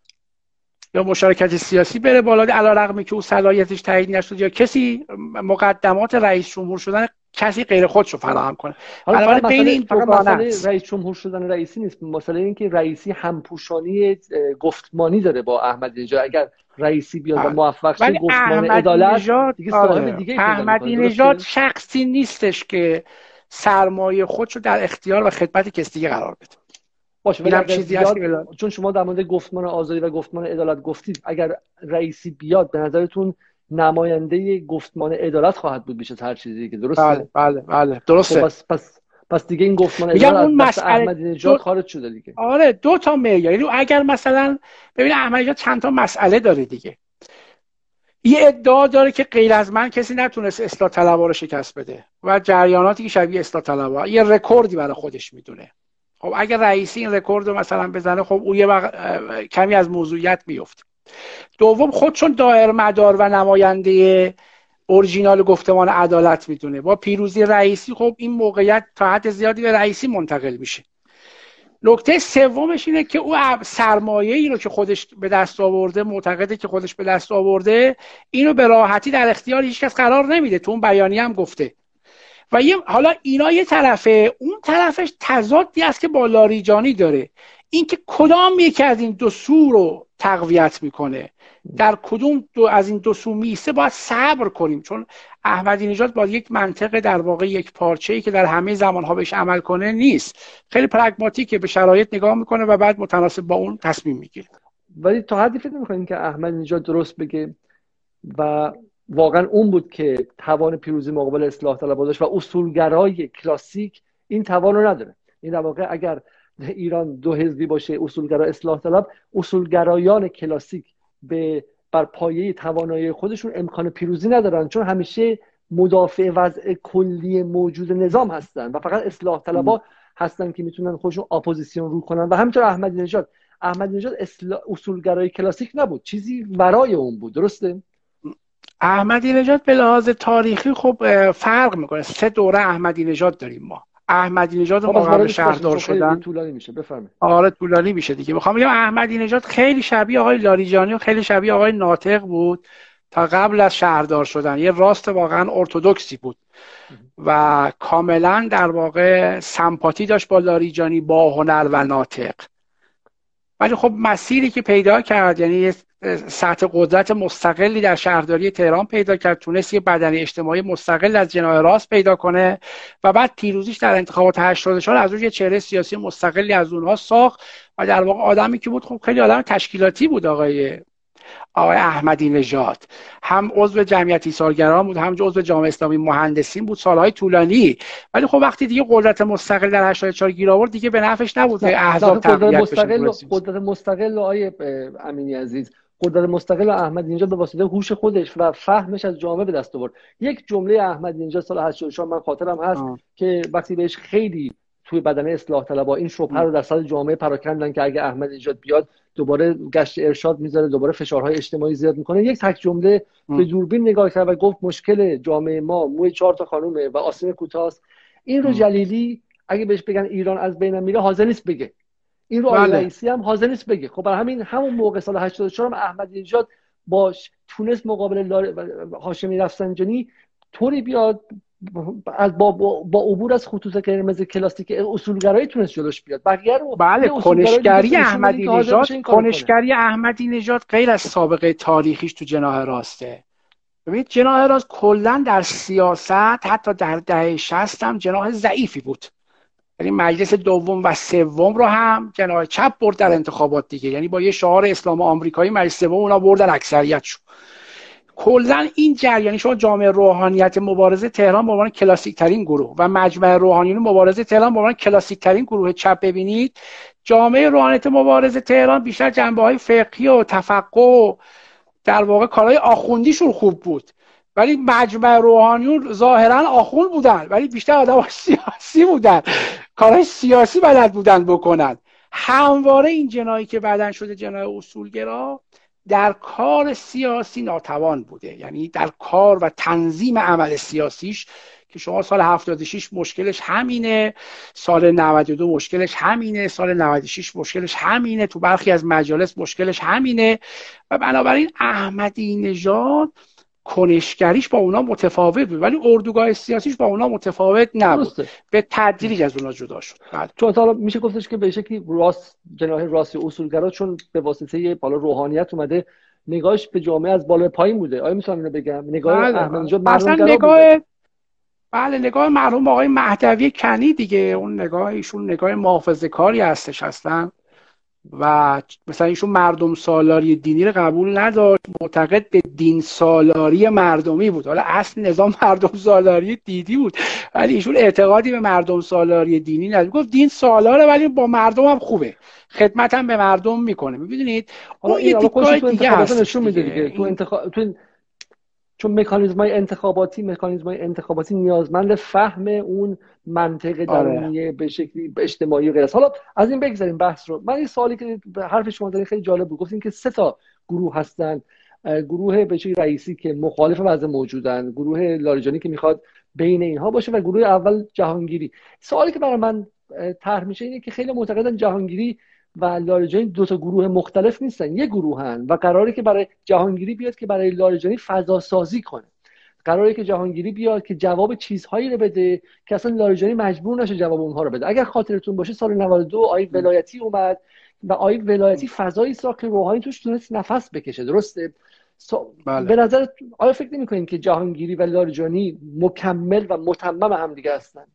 B: یا مشارکت سیاسی بره بالا، علیرغم که او صلاحیتش تایید نشد یا کسی مقدمات رئیس جمهور شدن کسی غیر خودشو فراهم کنه.
A: حالا بین این دو مسئله رئیس جمهور شدن رئیسی نیست، مسئله این که رئیسی همپوشانی گفتمانی داره با احمدی نژاد. اگر رئیسی بیاد و موفق شه گفتمان عدالت دیگه صاحب دیگه
B: احمدی نژاد شخصی نیستش که سرمایه خودشو در اختیار و خدمت کسی دیگه قرار بده.
A: باشه، ولی چیزی هست که چون شما در مورد گفتمان آزادی و گفتمان عدالت گفتید، اگر رئیسی بیاد به نظرتون نماینده گفتمان عدالت خواهد بود بیش از هر چیزی که درسته؟
B: بله بله بله درسته.
A: خب پس پس پس دیگه این گفتمان عدالت اون مسئله احمدی نژاد خارج شده دیگه.
B: آره دو تا معیار. یعنی اگر مثلا ببین احمدی نژاد چند تا مسئله داره دیگه. یه ادعا داره که غیر از من کسی نتونست اصلاح طلبها رو شکست بده و جریاناتی که شبیه اصلاح طلبها، یه رکوردی برای خودش میدونه. خب اگر رئیسی این رکورد رو مثلا بزنه، خب اون یه بق... کمی از موضوعیت میفته. دوم، خودشون دایر مدار و نماینده اورجینال گفتمان عدالت میدونه. با پیروزی رئیسی خب این موقعیت تا حد زیادی به رئیسی منتقل میشه. نکته سومش اینه که او سرمایه‌ای رو که خودش به دست آورده، معتقده که خودش به دست آورده، اینو به راحتی در اختیار هیچ کس قرار نمیده. تو اون بیانیه هم گفته. و یه حالا اینا یه طرفه، اون طرفش تضادی است که با لاریجانی داره، اینکه کدام یکی از این دو سو رو تقویت میکنه، در کدوم دو از این دو سو میسته باید صبر کنیم، چون احمدی نژاد با یک منطق در واقع یک پارچه‌ای که در همه زمانها بهش عمل کنه نیست، خیلی پرگماتیکه، به شرایط نگاه میکنه و بعد متناسب با اون تصمیم میگیره.
A: ولی تا حدی فکر نمی‌کنید که احمدی نژاد درست بگه و واقعا اون بود که توان پیروزی مقابل اصلاح طلبها داشت و اصولگرای کلاسیک این توان رو نداره؟ این در واقع اگر ایران دو حزبی باشه، اصولگرا اصلاح طلب، اصولگرایان کلاسیک به بر پایه توانایی خودشون امکان پیروزی ندارن، چون همیشه مدافع وضع کلی موجود نظام هستن و فقط اصلاح طلبها هستن که میتونن خودشون اپوزیسیون رو کنن. و همینطور احمدی نژاد احمدی نژاد اصولگرای کلاسیک نبود، چیزی ورای اون بود، درسته؟
B: احمدی نژاد به لحاظ تاریخی خب فرق میکنه. سه دوره احمدی نژاد داریم ما. احمدی نژاد ما قبل شهردار شدن
A: طولانی میشه، بفرمایید.
B: آره طولانی میشه دیگه. میخوام بگم احمدی نژاد خیلی شبیه آقای لاریجانی و خیلی شبیه آقای ناطق بود تا قبل از شهردار شدن. یه راست واقعا ارتدوکسی بود و کاملا در واقع سمپاتی داشت با لاریجانی، با هنر و ناطق. ولی خب مسیری که پیدا کرد، یعنی سطح قدرت مستقلی در شهرداری تهران پیدا کرد، تونست یه بدنه اجتماعی مستقل از جناح راست پیدا کنه و بعد پیروزیش در انتخابات هشتاد و چهار از اون یه چهره سیاسی مستقلی از اونها ساخت و در واقع آدمی که بود خب خیلی آدم تشکیلاتی بود. آقای آقای احمدی نژاد هم عضو جمعیت ایثارگران بود، هم عضو جامعه اسلامی مهندسین بود سالهای طولانی. ولی خب وقتی دیگه قدرت مستقل در هشتاد و چهار گیر آورد، دیگه به نفعش نبود که احزاب تقویت
A: مستقل بشن. قدرت مستقل آقای امینی عزیز، قدرت مستقل احمدی نژاد به واسطه هوش خودش و فهمش از جامعه به دست آورد. یک جمله احمدی نژاد سال هشتاد و چهار من خاطرم هست آه. که وقتی بهش خیلی توی بدنه اصلاح طلبها این شبهه رو در سطح جامعه پراکندن که اگه احمدی نژاد بیاد دوباره گشت ارشاد میذاره، دوباره فشارهای اجتماعی زیاد میکنه، یک تک جمله به دوربین نگاه کرد و گفت مشکل جامعه ما موی چهار تا خانومه و آسین کوتاست. این رو جلیلی اگه بهش بگن ایران از بین میره حاضر نیست بگه. این رو آقای رئیسی هم حاضر نیست بگه. خب برای همین همون موقع سال هشتاد و چهار هم احمدی نژاد باش تونست مقابل هاشمی رفسنجانی طوری بیاد از با, با با عبور از خطوط قرمز کلاسیک اصولگرایی تونست جلوش بیاد. بقیه رو
B: بله کنشگری احمدی نژاد کنشگری احمدی نژاد غیر از سابقه تاریخیش تو جناح راسته. ببینید جناح راست کلا در سیاست حتی در دهه شصت هم جناح ضعیفی بود. یعنی مجلس دوم و سوم رو هم جناح چپ برد در انتخابات دیگه، یعنی با یه شعار اسلام آمریکایی مجلس سوم اونا بردن اکثریت شد. کلا این جریان، یعنی شما جامعه روحانیت مبارزه تهران به عنوان کلاسیک ترین گروه و مجمع روحانیون مبارزه تهران به عنوان کلاسیک ترین گروه چپ ببینید، جامعه روحانیت مبارزه تهران بیشتر جنبه‌های فقهی و تفقه و در واقع کارهای آخوندیشون خوب بود، ولی مجمع روحانیون ظاهرا آخوند بودن ولی بیشتر آدم سیاسی بودن، کارهای سیاسی بلد بودن بکنن. همواره این جناحی که بعدن شده جناح اصولگرا در کار سیاسی ناتوان بوده، یعنی در کار و تنظیم عمل سیاسیش که شما سال هفتاد و شش مشکلش همینه، سال نود و دو مشکلش همینه، سال نود و شش مشکلش همینه، تو برخی از مجالس مشکلش همینه و بنابراین احمدی نژاد کنشگریش با اونا متفاوت بود ولی اردوگاه سیاسیش با اونا متفاوت نبود، به تدریج از اونا جدا شد. بله.
A: چون حالا میشه گفتش که به شکلی راست جناح راستی اصولگرا چون به واسطه بالا روحانیت اومده نگاهش به جامعه از بالا پایین بوده. آیا میتونم اینو بگم نگاه
B: بله.
A: احمدی نژاد
B: مثلا نگاه بله نگاه مرحوم آقای مهدوی کنی دیگه، اون نگاه ایشون نگاه محافظه‌کاری هستش هستن و مثلا ایشون مردم سالاری دینی رو قبول نداشت، معتقد به دین سالاری مردمی بود. حالا اصل نظام مردم سالاری دینی بود ولی ایشون اعتقادی به مردم سالاری دینی نداشت، گفت دین سالاره ولی با مردم هم خوبه، خدمت هم به مردم میکنه. میبینید اون یه دیدگاه دیگه هست
A: نشون میده دیگه. تو انتخاب تو چون مکانیزم‌های انتخاباتی مکانیزم‌های انتخاباتی نیازمند فهم اون منطق درونی به شکلی اجتماعی و غیره. حالا از این بگذاریم بحث رو. من این سوالی که به حرف شما زدین خیلی جالب بود، گفتین که سه تا گروه هستن، گروه به شکلی رئیسی که مخالف وضع موجودن، گروه لاریجانی که میخواد بین اینها باشه و گروه اول جهانگیری. سوالی که برای من طرح میشه اینه که خیلی معتقدن جهانگیری و لاریجانی دو تا گروه مختلف نیستن، یک گروهن و قراره که برای جهانگیری بیاد که برای لاریجانی فضا سازی کنه، قراره که جهانگیری بیاد که جواب چیزهایی رو بده که اصلا لاریجانی مجبور نشه جواب اونها رو بده. اگر خاطرتون باشه سال نود و دو آقای ولایتی اومد و آقای ولایتی فضایی ساخت که روحانی توش تونست نفس بکشه، درسته؟ بله. به نظر آیا فکر نمی‌کنین که جهانگیری و لاریجانی مکمل و متمم هم دیگه هستن؟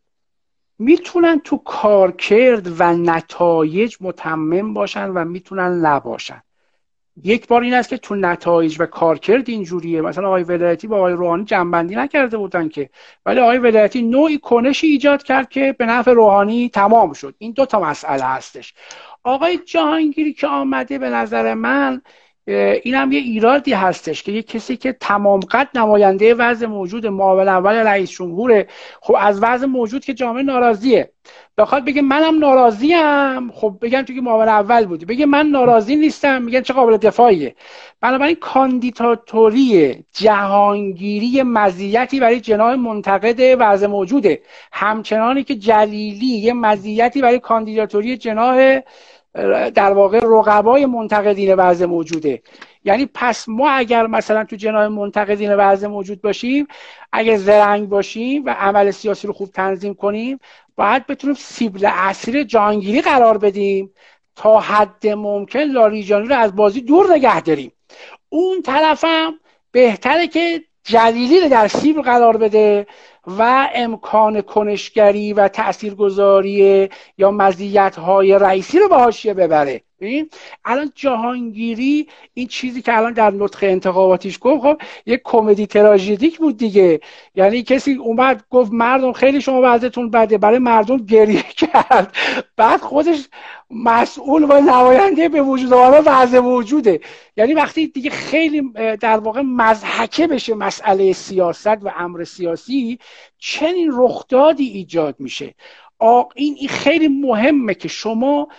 B: میتونن تو کارکرد و نتایج متمم باشن و میتونن نباشن. یک بار این است که تو نتایج و کارکرد اینجوریه، مثلا آقای ولایتی با آقای روحانی جنبندی نکرده بودن که، ولی آقای ولایتی نوعی کنشی ایجاد کرد که به نفع روحانی تمام شد. این دو تا مسئله هستش. آقای جهانگیری که آمده به نظر من این هم یه ایرادی هستش که یه کسی که تمام قد نماینده وضع موجود معاون اول رئیس جمهوره، خب از وضع موجود که جامعه ناراضیه بخواد بگه منم ناراضیم، خب بگم تو که معاون اول بودی، بگه من ناراضی نیستم، میگن چه قابل دفاعیه. بنابراین کاندیداتوری جهانگیری مزیتی برای جناح منتقد وضع موجوده، همچنانی که جلیلی یه مزیتی برای کاندیداتوری جناح در واقع رقبای منتقدین وضع موجوده. یعنی پس ما اگر مثلا تو جناح منتقدین وضع موجود باشیم، اگر زرنگ باشیم و عمل سیاسی رو خوب تنظیم کنیم، باید بتونیم سیبل اصلی جهانگیری قرار بدیم تا حد ممکن لاریجانی رو از بازی دور نگه داریم. اون طرفم بهتره که جلیلی رو در سیبل قرار بده و امکان کنشگری و تاثیرگذاری یا مزیت‌های رئیسی رو به حاشیه ببره. ببین الان جهانگیری این چیزی که الان در نطق انتخاباتیش گفت، خب یک کمدی تراژدیک بود دیگه. یعنی کسی اومد گفت مردم خیلی شما وضعیتون بده، برای مردم گریه کرد، بعد خودش مسئول و نماینده به وجود آمدن وضع موجوده. یعنی وقتی دیگه خیلی در واقع مضحکه بشه مسئله سیاست و امر سیاسی، چنین رخدادی ایجاد میشه. این خیلی مهمه که شما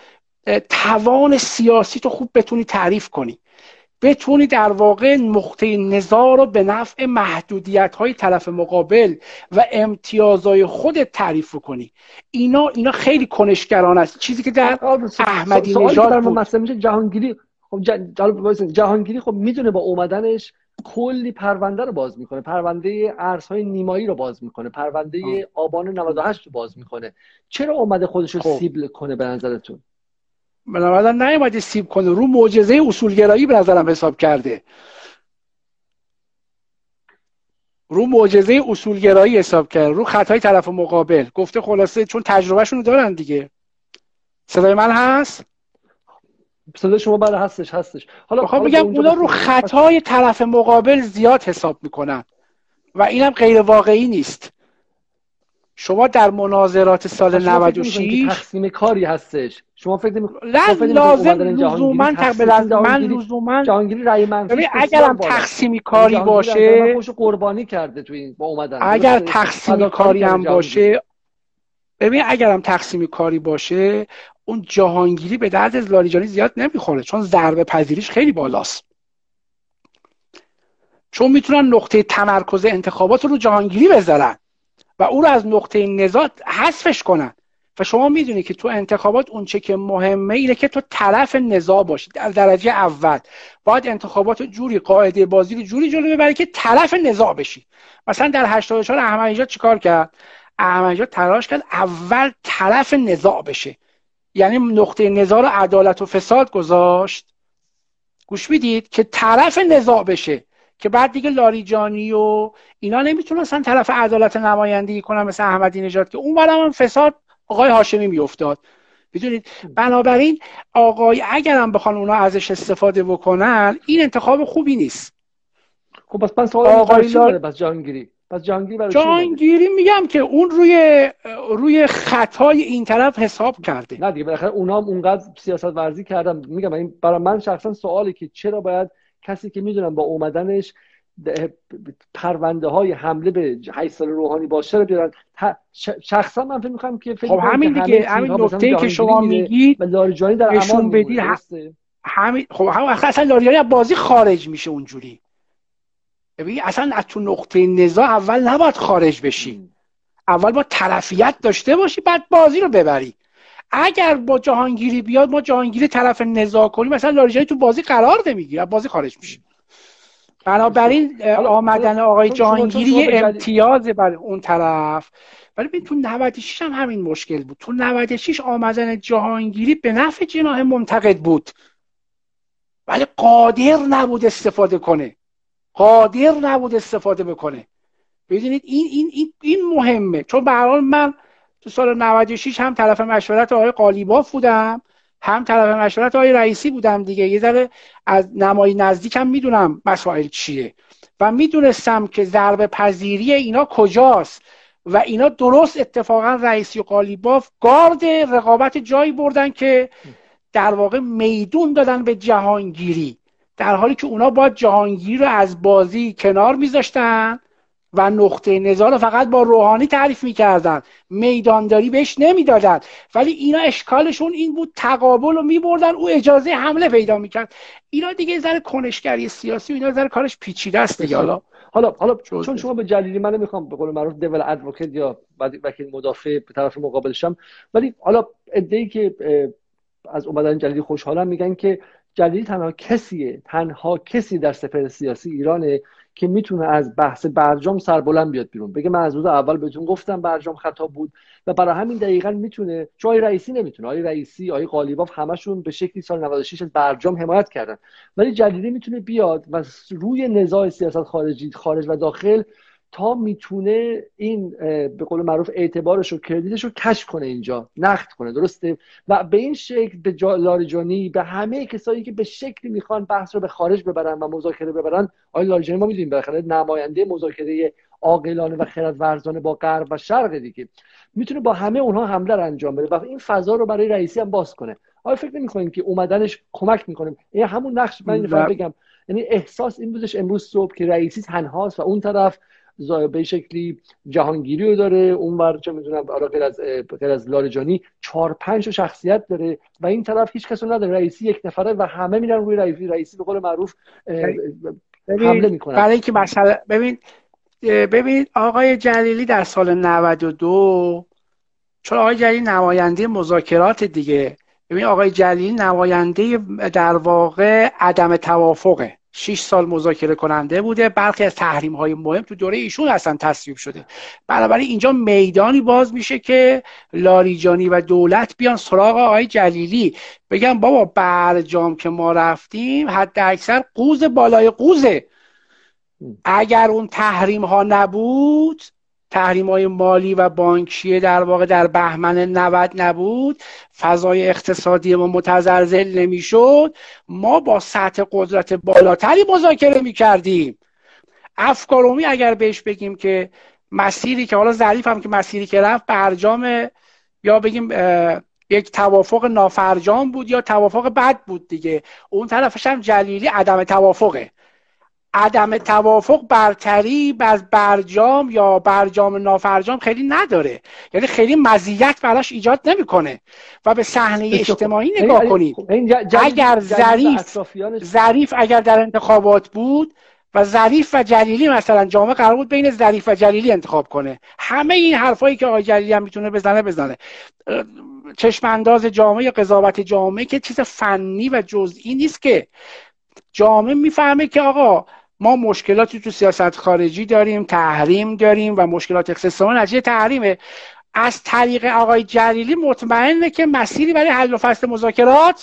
B: توان سیاسی تو خوب بتونی تعریف کنی، بتونی در واقع نقطه نظار رو به نفع محدودیت‌های طرف مقابل و امتیازهای خودت تعریف کنی. اینا اینا خیلی کنشگرانه است، چیزی که در احمدی نژاد بود.
A: مثلا میشه جهانگیری، خب جهانگیری خب میدونه با اومدنش کلی پرونده رو باز میکنه، پرونده ارزهای نیمایی رو باز میکنه، پرونده آه. آبان نود و هشت رو باز میکنه. چرا اومده خودش رو سیبل کنه به نظرتون؟
B: به نظرم نیومده سیب کنه، رو معجزه اصولگرایی به نظرم حساب کرده. رو معجزه اصولگرایی حساب کرد، رو خطای طرف مقابل گفته خلاصه چون تجربهشون دارن دیگه. صدای من هست؟
A: صدای شما بله هستش هستش. حالا
B: بخوام
A: حالا
B: بگم اونا رو خطای طرف مقابل زیاد حساب میکنن و اینم غیر واقعی نیست. شما در مناظرات سال نود و شش
A: تقسیم کاری هستش. شما فکر نمی‌کنید
B: لا لازم لزوما تقبل من لزوما
A: جهانگیری رأی منفی
B: اگرم تقسیمی کاری باشه
A: قربانی کرده تو این با اومدن.
B: اگر تقسیمی کاری هم باشه ببین اگرم تقسیمی کاری باشه اون جهانگیری به درد لاریجانی زیاد نمیخوره، چون ضربه پذیریش خیلی بالاست، چون میتونن نقطه تمرکز انتخابات رو جهانگیری بذارن و او رو از نقطه نزاع حذفش کنن. و شما میدونی که تو انتخابات اون چه که مهمه اینه که تو طرف نزاع باشی. در درجه اول باید انتخابات جوری قاعده بازی رو جوری جلو ببری که طرف نزاع بشی. مثلا در هشتاد و چهار احمدی نژاد چیکار کرد؟ احمدی نژاد تلاش کرد اول طرف نزاع بشه، یعنی نقطه نزاع رو عدالت و فساد گذاشت، گوش میدید، که طرف نزاع بشه، که بعد دیگه لاریجانی و اینا نمیتونستن طرف عدالت نمایندگی کنن مثل احمدی نژاد که اون برام هم فساد آقای هاشمی میافتاد. میدونید بنابراین آقای اگرم بخوان اونا ازش استفاده بکنن این انتخاب خوبی نیست.
A: خب بس من سوال آقای لار... بس جهانگیری بس جهانگیری برای
B: جهانگیری میگم که اون روی روی خطای این طرف حساب کرده.
A: نه دیگه بالاخره اونا هم اونقدر سیاست ورزی کردن. میگم این برای من شخصا سوالی که چرا باید کسی که میدونم با اومدنش پرونده های حمله به هشت سال روحانی باشه رو بیارن. شخصا من فکر می‌کنم که
B: خب همین دیگه همین نکته‌ای که شما میگید
A: و لاریجانی در امان
B: بدید همین خب هم اصلا لاریجانی از بازی خارج میشه اونجوری. ببین اصلا از تو نقطه نزاع اول نباید خارج بشی، اول با طرفیت داشته باشی بعد بازی رو ببری. اگر با جهانگیری بیاد ما جهانگیری طرف نزاع کنیم مثلا لاریجانی تو بازی قرار نمیگیره، بازی خارج میشه. بنابراین آمدن آقای جهانگیری امتیاز برای اون طرف. ولی ببین تو نود و شش هم همین مشکل بود. تو نود و شش آمدن جهانگیری به نفع جناح منتقد بود ولی قادر نبود استفاده کنه، قادر نبود استفاده بکنه. ببینید این این این این مهمه، چون به هر حال من تو سال نود و شش هم طرف مشورت آقای قالیباف بودم هم طرف مشورت آقای رئیسی بودم دیگه، یه ذره از نمای نزدیکم میدونم مسائل چیه و میدونستم که ضربه پذیری اینا کجاست و اینا درست اتفاقا رئیسی و قالیباف گارد رقابت جایی بردن که در واقع میدون دادن به جهانگیری، در حالی که اونا باید جهانگیری رو از بازی کنار میذاشتن و نقطه نزاع رو فقط با روحانی تعریف میکردن، میدانداری بهش نمیدادن. ولی اینا اشکالشون این بود تقابل رو میبردن، او اجازه حمله پیدا میکرد. اینا دیگه ذره کنشگری سیاسی و اینا ذره کارش پیچیده است دیگه. حالا
A: حالا حالا چون شما به جلیلی من نمیخوام به قول معروف دیول ادوکیت یا وکیل مدافع به طرف مقابلشم، ولی حالا ادعی که از اومدن جلیلی خوشحالم میگن که جلیلی تنها کسیه تنها کسی در سپهر سیاسی ایرانه که میتونه از بحث برجام سربلند بیاد بیرون، بگه من از روز اول بهتون گفتم برجام خطا بود و برای همین دقیقاً میتونه. چون آقای رئیسی نمیتونه، آقای رئیسی آقای قالیباف همشون به شکلی سال نود و شش از برجام حمایت کردن، ولی جلیلی میتونه بیاد و روی نزاع سیاست خارجی خارج و داخل تا میتونه این به قول معروف اعتبارش و کردیتش رو کشف کنه، اینجا نقد کنه، درسته؟ و به این شکل به لاریجانی، به همه کسایی که به شکلی میخوان بحث رو به خارج ببرن و مذاکره ببرن، آقای لاریجانی ما میدونیم بالاخره نماینده مذاکره عاقلانه و خردورزانه با غرب و شرق دیگه، میتونه با همه اونها حمله رو انجام بده و این فضا رو برای رئیسی هم باز کنه. آیا فکر نمی‌کنید که اومدنش کمک میکنه؟ یعنی همون نقش من اینو بگم، یعنی احساس این بودش امروز صبح که رئیسی تنهاست و اون طرف به شکلی جهانگیری رو داره، اونور چه میدونم غیر از غیر از لاریجانی چهار پنج شخصیت داره و این طرف هیچ کس رو نداره، رئیسی یک نفره و همه میرن روی رئیسی رئیسی به قول معروف حمله میکنن.
B: برای اینکه مثلا ببین ببینید آقای جلیلی در سال نود و دو، چون آقای جلیلی نماینده مذاکرات دیگه، ببین آقای جلیلی نماینده در واقع عدم توافقه، شش سال مذاکره کننده بوده، برخی از تحریم های مهم تو دوره ایشون اصلا تصویب شده. بنابراین اینجا میدانی باز میشه که لاریجانی و دولت بیان سراغ آقای جلیلی بگن بابا برجام که ما رفتیم حد اکثر قوز بالای قوزه، اگر اون تحریم ها نبود، تحریم های مالی و بانکیه در واقع در بهمن نود نبود، فضای اقتصادی ما متزلزل نمیشد، ما با سطح قدرت بالاتری مذاکره میکردیم. افکارومی اگر بهش بگیم که مسیری که حالا ظریف هم که مسیری که رفت برجام، یا بگیم یک توافق نافرجام بود یا توافق بد بود دیگه، اون طرفش هم جلیلی عدم توافقه. عدم توافق برتری از برجام یا برجام نافرجام خیلی نداره، یعنی خیلی مزیت براش ایجاد نمیکنه. و به صحنه اجتماعی نگاه کنید، اگر ظریف ظریف اگر در انتخابات بود و ظریف و جلیلی مثلا، جامعه قرار بود بین ظریف و جلیلی انتخاب کنه، همه این حرفایی که آقای جلیلی هم میتونه بزنه بزنه. چشم انداز جامعه، قضاوت جامعه که چیز فنی و جزئی نیست، که جامعه میفهمه که آقا ما مشکلاتی تو سیاست خارجی داریم، تحریم داریم و مشکلات اقتصادی نتیجه تحریمه. از طریق آقای جلیلی مطمئنه که مسیری برای حل و فصل مذاکرات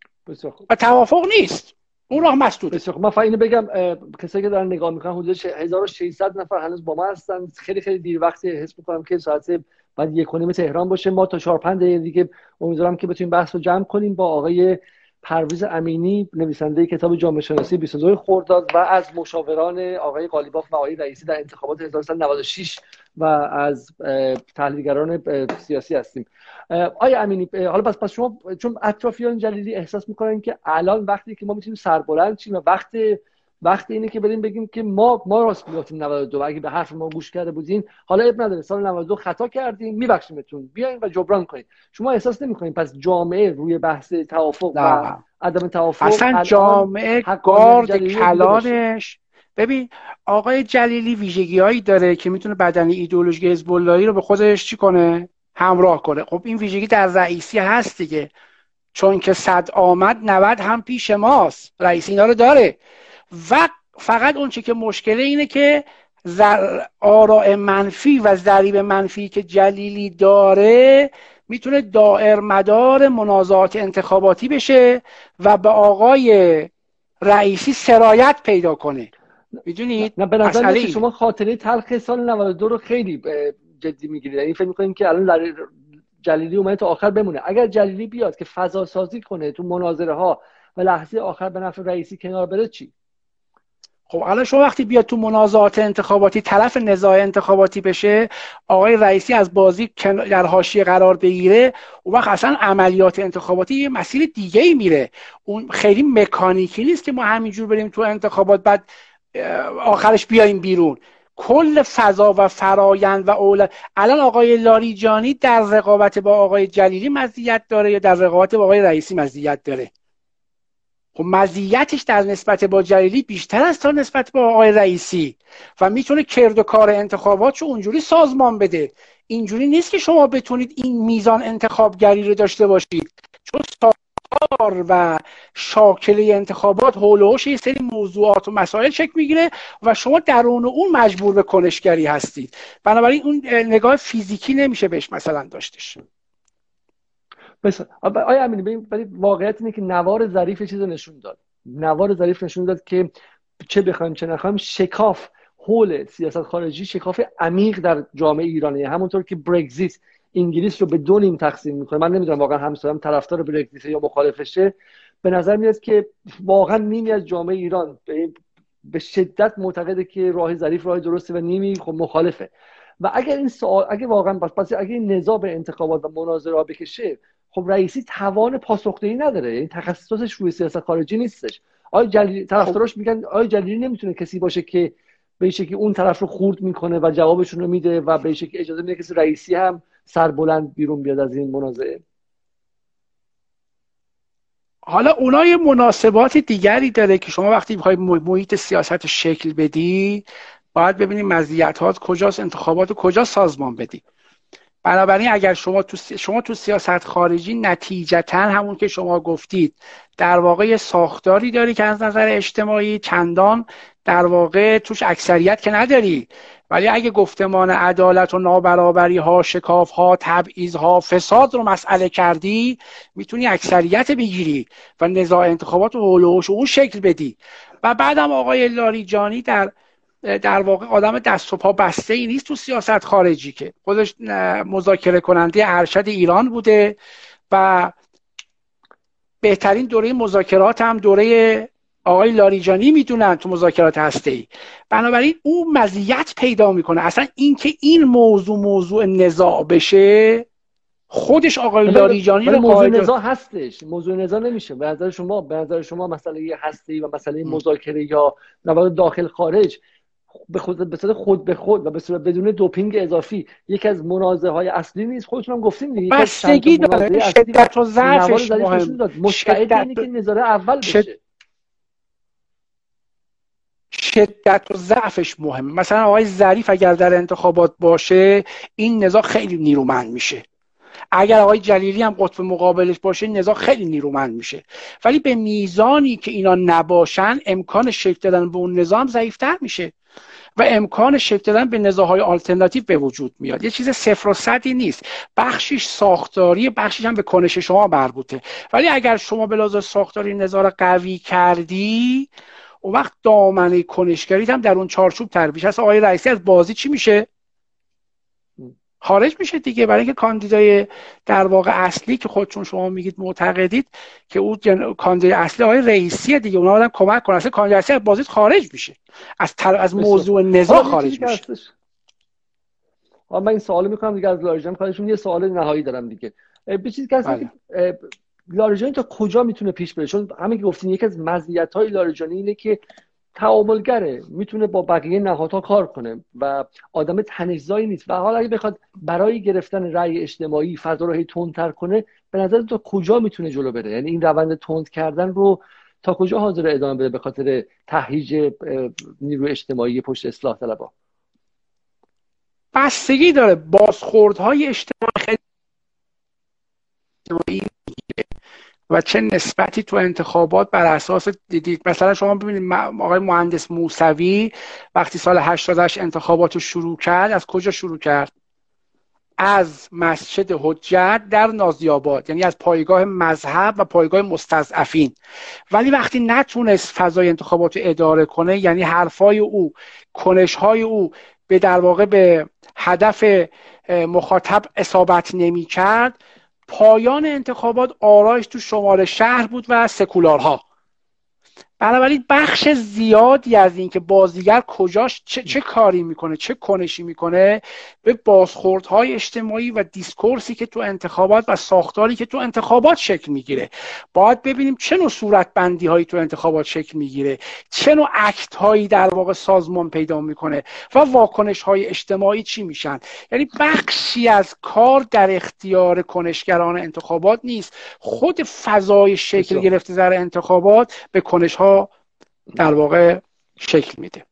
B: و توافق نیست، اون راه مسدوده.
A: بسیار من فقط اینو بگم، کسایی که دارن نگاه میکنن حدود هزار و ششصد نفر هنوز با ما هستن. خیلی خیلی دیر وقتی حس میکنم که ساعت بعد یک و نیم تهران باشه. ما تا چهار پنج دقیقه دیگه امیدوارم که بتونیم بحث رو جمع کنیم با آقای پرویز امینی، نویسنده کتاب جامعه شناسی بیست و دو خرداد و از مشاوران آقای قالیباف و آقای رئیسی در انتخابات هزار و نهصد و نود و شش و از تحلیلگران سیاسی هستیم. آقای امینی، حالا پس پس شما چون اطرافیان جلیلی احساس میکنن که الان وقتی که ما میتونیم سربلند شیم و وقت وقت اینه که بریم بگیم که ما ما راست میگفتیم نود و دو، اگه به حرف ما گوش کرده بودین حالا اب نداره، سال نود و دو خطا کردیم میبخشیمتون، بیاین و جبران کنید. شما احساس نمیکنین پس جامعه روی بحث توافق و عدم توافق
B: اصلا جامعه گارد کلانش؟ ببین آقای جلیلی ویژگی‌هایی داره که میتونه بدنه ایدئولوژی حزب اللهی رو به خودش چی کنه؟ همراه کنه. خب این ویژگی در رئیسی هست دیگه، چون که صد آمد نود هم پیش ماست، رئیسی اینا رو داره. و فقط اون چی که مشکله اینه که آراء منفی و ضریب منفی که جلیلی داره میتونه دائر مدار منازعات انتخاباتی بشه و به آقای رئیسی سرایت پیدا کنه. میدونید
A: نه به نظر میاد شما خاطره تلخ سال نود و دو رو خیلی جدی میگیرید، یعنی فکر میکنید که الان در جلیلی اومده تا آخر بمونه. اگر جلیلی بیاد که فضا سازی کنه تو مناظره ها و لحظه آخر به نفع رئیسی کنار بره چی؟
B: خب الان شما وقتی بیاد تو منازعات انتخاباتی طرف نزاع انتخاباتی بشه، آقای رئیسی از بازی در حاشیه قرار بگیره، اون وقت اصلا عملیات انتخاباتی یه مسیر دیگه ای میره. اون خیلی مکانیکی نیست که ما همینجور بریم تو انتخابات بعد آخرش بیایم بیرون. کل فضا و فرایند و اول الان آقای لاریجانی در رقابت با آقای جلیلی مزیت داره یا در رقابت با آقای رئیسی مزیت داره؟ خب مزیتش در نسبت با جلیلی بیشتر است تا نسبت با آقای رئیسی و میتونه کرد و کار انتخاباتشو اونجوری سازمان بده. اینجوری نیست که شما بتونید این میزان انتخابگری رو داشته باشید، چون ساختار و شاکله انتخابات حول و حوش یه سری موضوعات و مسائل شکل میگیره و شما درون اون مجبور به کنشگری هستید. بنابراین اون نگاه فیزیکی نمیشه بهش مثلا داشتش.
A: بس آیا امینی ببین، ولی واقعیت اینه که نوار ظریف چیزو نشون داد. نوار ظریف نشون داد که چه بخوایم چه نخوایم شکاف حول سیاست خارجی شکاف عمیق در جامعه ایرانیه. همونطور که برگزیت انگلیس رو به دو نیم تقسیم میکنه، من نمیدونم واقعا همسایه‌ام طرفدار برگزیت یا مخالفشه، به نظر میاد که واقعا نیمی از جامعه ایران به شدت معتقده که راه ظریف راه درسته و نیمی خب مخالفه. و اگر این سوال اگه واقعا پس پس اگه این نزاع به انتخابات و مناظره بکشه، خب رئیسی توان پاسخگویی نداره، یعنی تخصصش روی سیاست خارجی نیستش. آقای جلیلی طرفداراش میگن آقای جلیلی نمیتونه کسی باشه که به شکلی اون طرف رو خورد میکنه و جوابشون رو میده و به شکلی اجازه میده کسی رئیسی هم سربلند بیرون بیاد از این منازعه.
B: حالا اونها یه مناسبات دیگری داره که شما وقتی بخوای محیط سیاست شکل بدی باید ببینید مزیت‌ها کجاست، انتخابات کجا سازمان بدی. بنابراین اگر شما تو شما تو سیاست خارجی نتیجتا همون که شما گفتید در واقع ساختاری داری که از نظر اجتماعی چندان در واقع توش اکثریت که نداری، ولی اگه گفتمان عدالت و نابرابری ها، شکاف ها، تبعیض ها، فساد رو مسئله کردی، میتونی اکثریت بگیری و نزاع انتخابات و حول و حوش اون شکل بدی. و بعدم آقای لاریجانی در در واقع آدم دست و پا بسته ای نیست تو سیاست خارجی، که خودش مذاکره کننده ارشد ایران بوده و بهترین دوره مذاکرات هم دوره آقای لاریجانی میدونن تو مذاکرات هسته‌ای. بنابراین اون مزیت پیدا میکنه. اصلا این که این موضوع موضوع نزاع بشه، خودش آقای لاریجانی رو
A: موضوع نزاع هستش، موضوع نزاع نمیشه. به نظر شما به نظر شما مسئله هسته‌ای و مسئله مذاکره یا نواد داخل خارج به خود به صورت خود به خود و به صورت بدون دوپینگ اضافی یکی از منازعه‌های اصلی نیست؟ خودتون هم گفتین دیگه،
B: بستگی داره. شدت و ضعفش مهم.
A: مستعد اینه که نظاره اول بشه.
B: شدت و ضعفش مهم. مثلا آقای ظریف اگر در انتخابات باشه، این نزاع خیلی نیرومند میشه. اگر آقای جلیلی هم قطب مقابلش باشه، نزاع خیلی نیرومند میشه. ولی به میزانی که اینا نباشن، امکان شکل دادن به اون نظام ضعیف‌تر میشه و امکان شکل دادن به نزاع‌های آلترناتیو به وجود میاد. یه چیز صفر و صدی نیست. بخشش ساختاری، بخشش هم به کنش شما مربوطه. ولی اگر شما به لحاظ ساختاری نظام قوی کردی، اون وقت دامنه کنشگری هم در اون چارچوب تربیش هست. آقای رئیسی از بازی چی میشه؟ خارج میشه دیگه، برای اینکه کاندیدای در واقع اصلی که خودتون شما میگید معتقدید که اون جن... کاندیدای اصلی آقای رئیسیه دیگه، اونا آدم کمک کنه، اصلا کاندیدای اصلی از بازی خارج میشه، از تر... از موضوع نزاع خارج میشه.
A: من این سوالو میکنم دیگه از لاریجانی، خودشون یه سوال نهایی دارم دیگه. به چیزی که هست که لاریجانی تا کجا میتونه پیش بره؟ چون همین که گفتین یکی از مزیت‌های لاریجانی اینه که تعاملگره، میتونه با بقیه نهادها کار کنه و آدم تنش‌زایی نیست و حالا اگه بخواد برای گرفتن رأی اجتماعی فضا رو هی تندتر کنه، به نظر تا کجا میتونه جلو بره؟ یعنی این روند تند کردن رو تا کجا حاضر ادامه بده به خاطر تهییج نیروی اجتماعی پشت اصلاح طلبها؟
B: بستگی داره. بازخوردهای اجتماعی اجتماعی و چه نسبتی تو انتخابات بر اساس دیدید. مثلا شما ببینید آقای مهندس موسوی وقتی سال هشتاد و هشت انتخابات رو شروع کرد، از کجا شروع کرد؟ از مسجد حجت در نازی‌آباد، یعنی از پایگاه مذهب و پایگاه مستضعفین. ولی وقتی نتونست فضای انتخابات رو اداره کنه، یعنی حرفای او، کنش‌های او به در واقع به هدف مخاطب اصابت نمی کرد، پایان انتخابات آرایش تو شمال شهر بود و سکولارها. بنابراین بخش زیادی از این که بازیگر کجاش چه, چه کاری میکنه، چه کنشی میکنه، به بازخوردهای اجتماعی و دیسکورسی که تو انتخابات و ساختاری که تو انتخابات شکل میگیره. باید ببینیم چه نوع صورتبندی هایی تو انتخابات شکل میگیره، چه نوع اکت هایی در واقع سازمان پیدا میکنه و واکنش های اجتماعی چی میشن. یعنی بخشی از کار در اختیار کنشگران انتخابات نیست. خود فضای شکل گرفته در انتخابات به کنش ها در واقع شکل میده.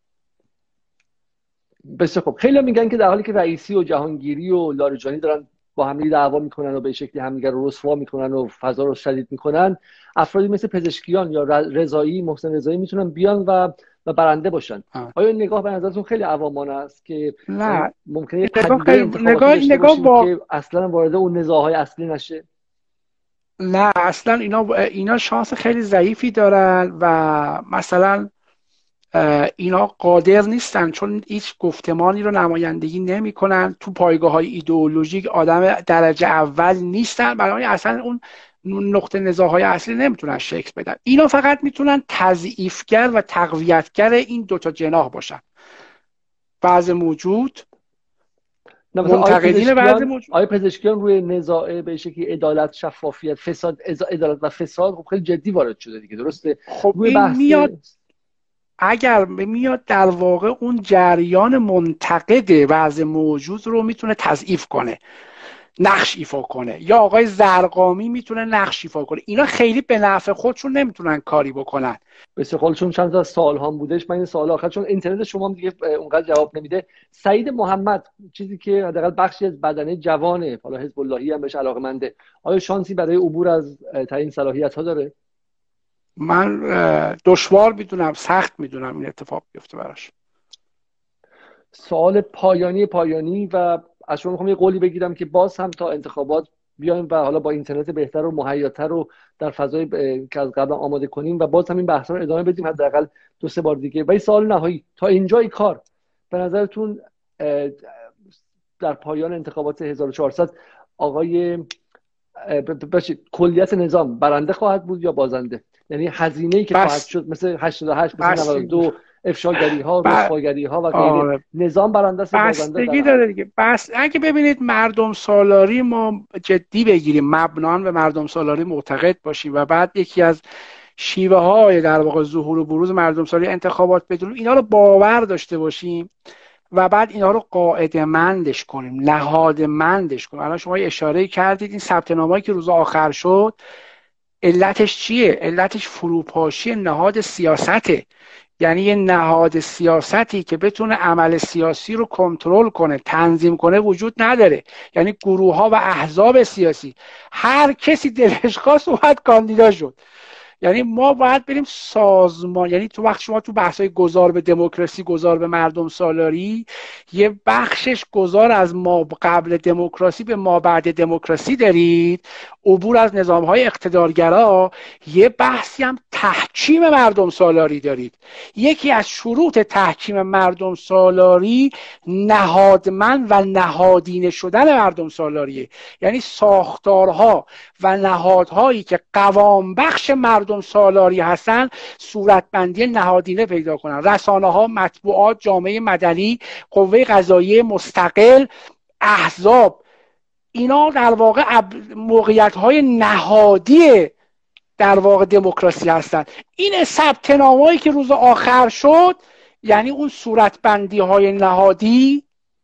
A: بسیار خب. خیلی میگن که در حالی که رئیسی و جهانگیری و لاریجانی دارن با هم دعوا میکنن و به شکلی همدیگر رو رسوا میکنن و فضا رو شدید میکنن، افرادی مثل پزشکیان یا رضایی، محسن رضایی میتونن بیان و و برنده باشن. آه. آیا نگاه به نظرتون خیلی عوامانه است که
B: نه
A: ممکنه
B: نگاه نگاه نگاه با...
A: که اصلا وارد اون نزاعهای اصلی نشه؟
B: نه اصلا اینا اینا شانس خیلی ضعیفی دارن و مثلا اینا قادر نیستن، چون هیچ گفتمانی رو نمایندگی نمی‌کنن، تو پایگاه‌های ایدئولوژیک آدم درجه اول نیستن، برای اصلا اون نقطه نزاع‌های اصلی نمیتونن شکل بدن. اینا فقط میتونن تضعیفگر و تقویتگر این دوتا جناح باشن. بعض موجود منتقدین بعض موجود
A: آیا پزشکیان روی نزاع به شکلی عدالت، شفافیت، فساد، عدالت و فساد خب خیلی جدی وارد شده دیگه، درسته؟
B: خب روی این بحث میاد، اگر میاد در واقع اون جریان منتقد بعض موجود رو میتونه تضعیف کنه، نقش ایفا کنه، یا آقای زرقامی میتونه نقش ایفا کنه. اینا خیلی به نفع خودشون نمیتونن کاری بکنن.
A: بسیار خب. چون چند تا سوال هم بودش، من این سوال آخر چون اینترنت شما هم دیگه اونقدر جواب نمیده. سعید محمد، چیزی که حداقل بخشی از بدنه جوانه، حالا حزب اللهی هم بهش علاقه‌منده، آیا شانسی برای عبور از تعیین صلاحیت ها داره؟
B: من دشوار میدونم، سخت میدونم این اتفاق بیفته براش.
A: سوال پایانی پایانی و از شما میخوام یه قولی بگیرم که باز هم تا انتخابات بیایم و حالا با اینترنت بهتر و مهیاتر رو در فضای که از قبل آماده کنیم و باز همین بحث رو ادامه بدیم حداقل دو سه بار دیگه. و این سوال نهایی، تا اینجای کار به نظرتون در پایان انتخابات هزار و چهارصد آقای کلیت نظام برنده خواهد بود یا بازنده؟ یعنی هزینه‌ای که خواهد شد مثل هشتاد و هشت مثل نود و دو افشاگری ها، رسواگری ها و غیره، نظام برنده است بازنده
B: بستگی داره دیگه. بس اگه ببینید مردم سالاری ما جدی بگیریم، مبنان به مردم سالاری معتقد باشیم و بعد یکی از شیوه های در واقع ظهور و بروز مردم سالاری انتخابات بدونیم، اینا رو باور داشته باشیم و بعد اینا رو قاعده مندش کنیم، نهاد مندش کنیم. الان شما اشاره کردید این ثبت نامه‌ای که روز آخر شد علتش چیه؟ علتش فروپاشی نهاد سیاسته. یعنی یه نهاد سیاستی که بتونه عمل سیاسی رو کنترل کنه، تنظیم کنه وجود نداره. یعنی گروه ها و احزاب سیاسی هر کسی دلش خواست اومد کاندیدا شد. یعنی ما باید بریم سازمان، یعنی تو وقت شما تو بحث‌های گذار به دموکراسی، گذار به مردم سالاری، یه بخشش گذار از ما قبل دموکراسی به ما بعد دموکراسی دارید، عبور از نظام‌های اقتدارگرا، یه بحثی هم تحکیم مردم سالاری دارید. یکی از شروط تحکیم مردم سالاری نهادمند و نهادینه شدن مردم سالاریه. یعنی ساختارها و نهادهایی که قوام بخش مردم سالاری هستن صورتبندی نهادینه پیدا کنن. رسانه ها، مطبوعات، جامعه مدنی، قوه قضاییه مستقل، احزاب، اینا در واقع موقعیت های نهادی در واقع دموکراسی هستن. این ثبت نامه‌ای که روز آخر شد یعنی اون صورتبندی های نهادی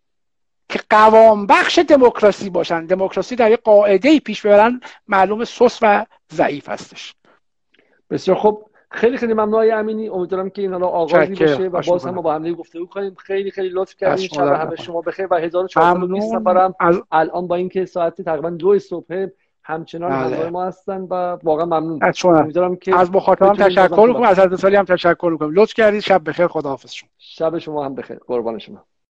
B: که قوام بخش دموکراسی باشن. دموکراسی در یک قاعده‌ای پیش ببرن معلوم سست و ضعیف هستش.
A: بسیار خوب، خیلی خیلی ممنون آقای امینی. امیدوارم که این حالا آغازی باشه و باز هم با هم گفتگو کنیم. خیلی خیلی لطف کردید. شب همه شما بخیر و هزار و چهارصد و بیست نفرم از... الان با اینکه ساعت تقریبا دو صبح همچنان همراه ما هستن و واقعا ممنون.
B: امیدوارم که از مخاطبان تشکر کنم، از حضرت سالی هم تشکر کنم. لطف کردید. شب بخیر. خداحافظ شما.
A: شب شما هم بخیر. قربان شما.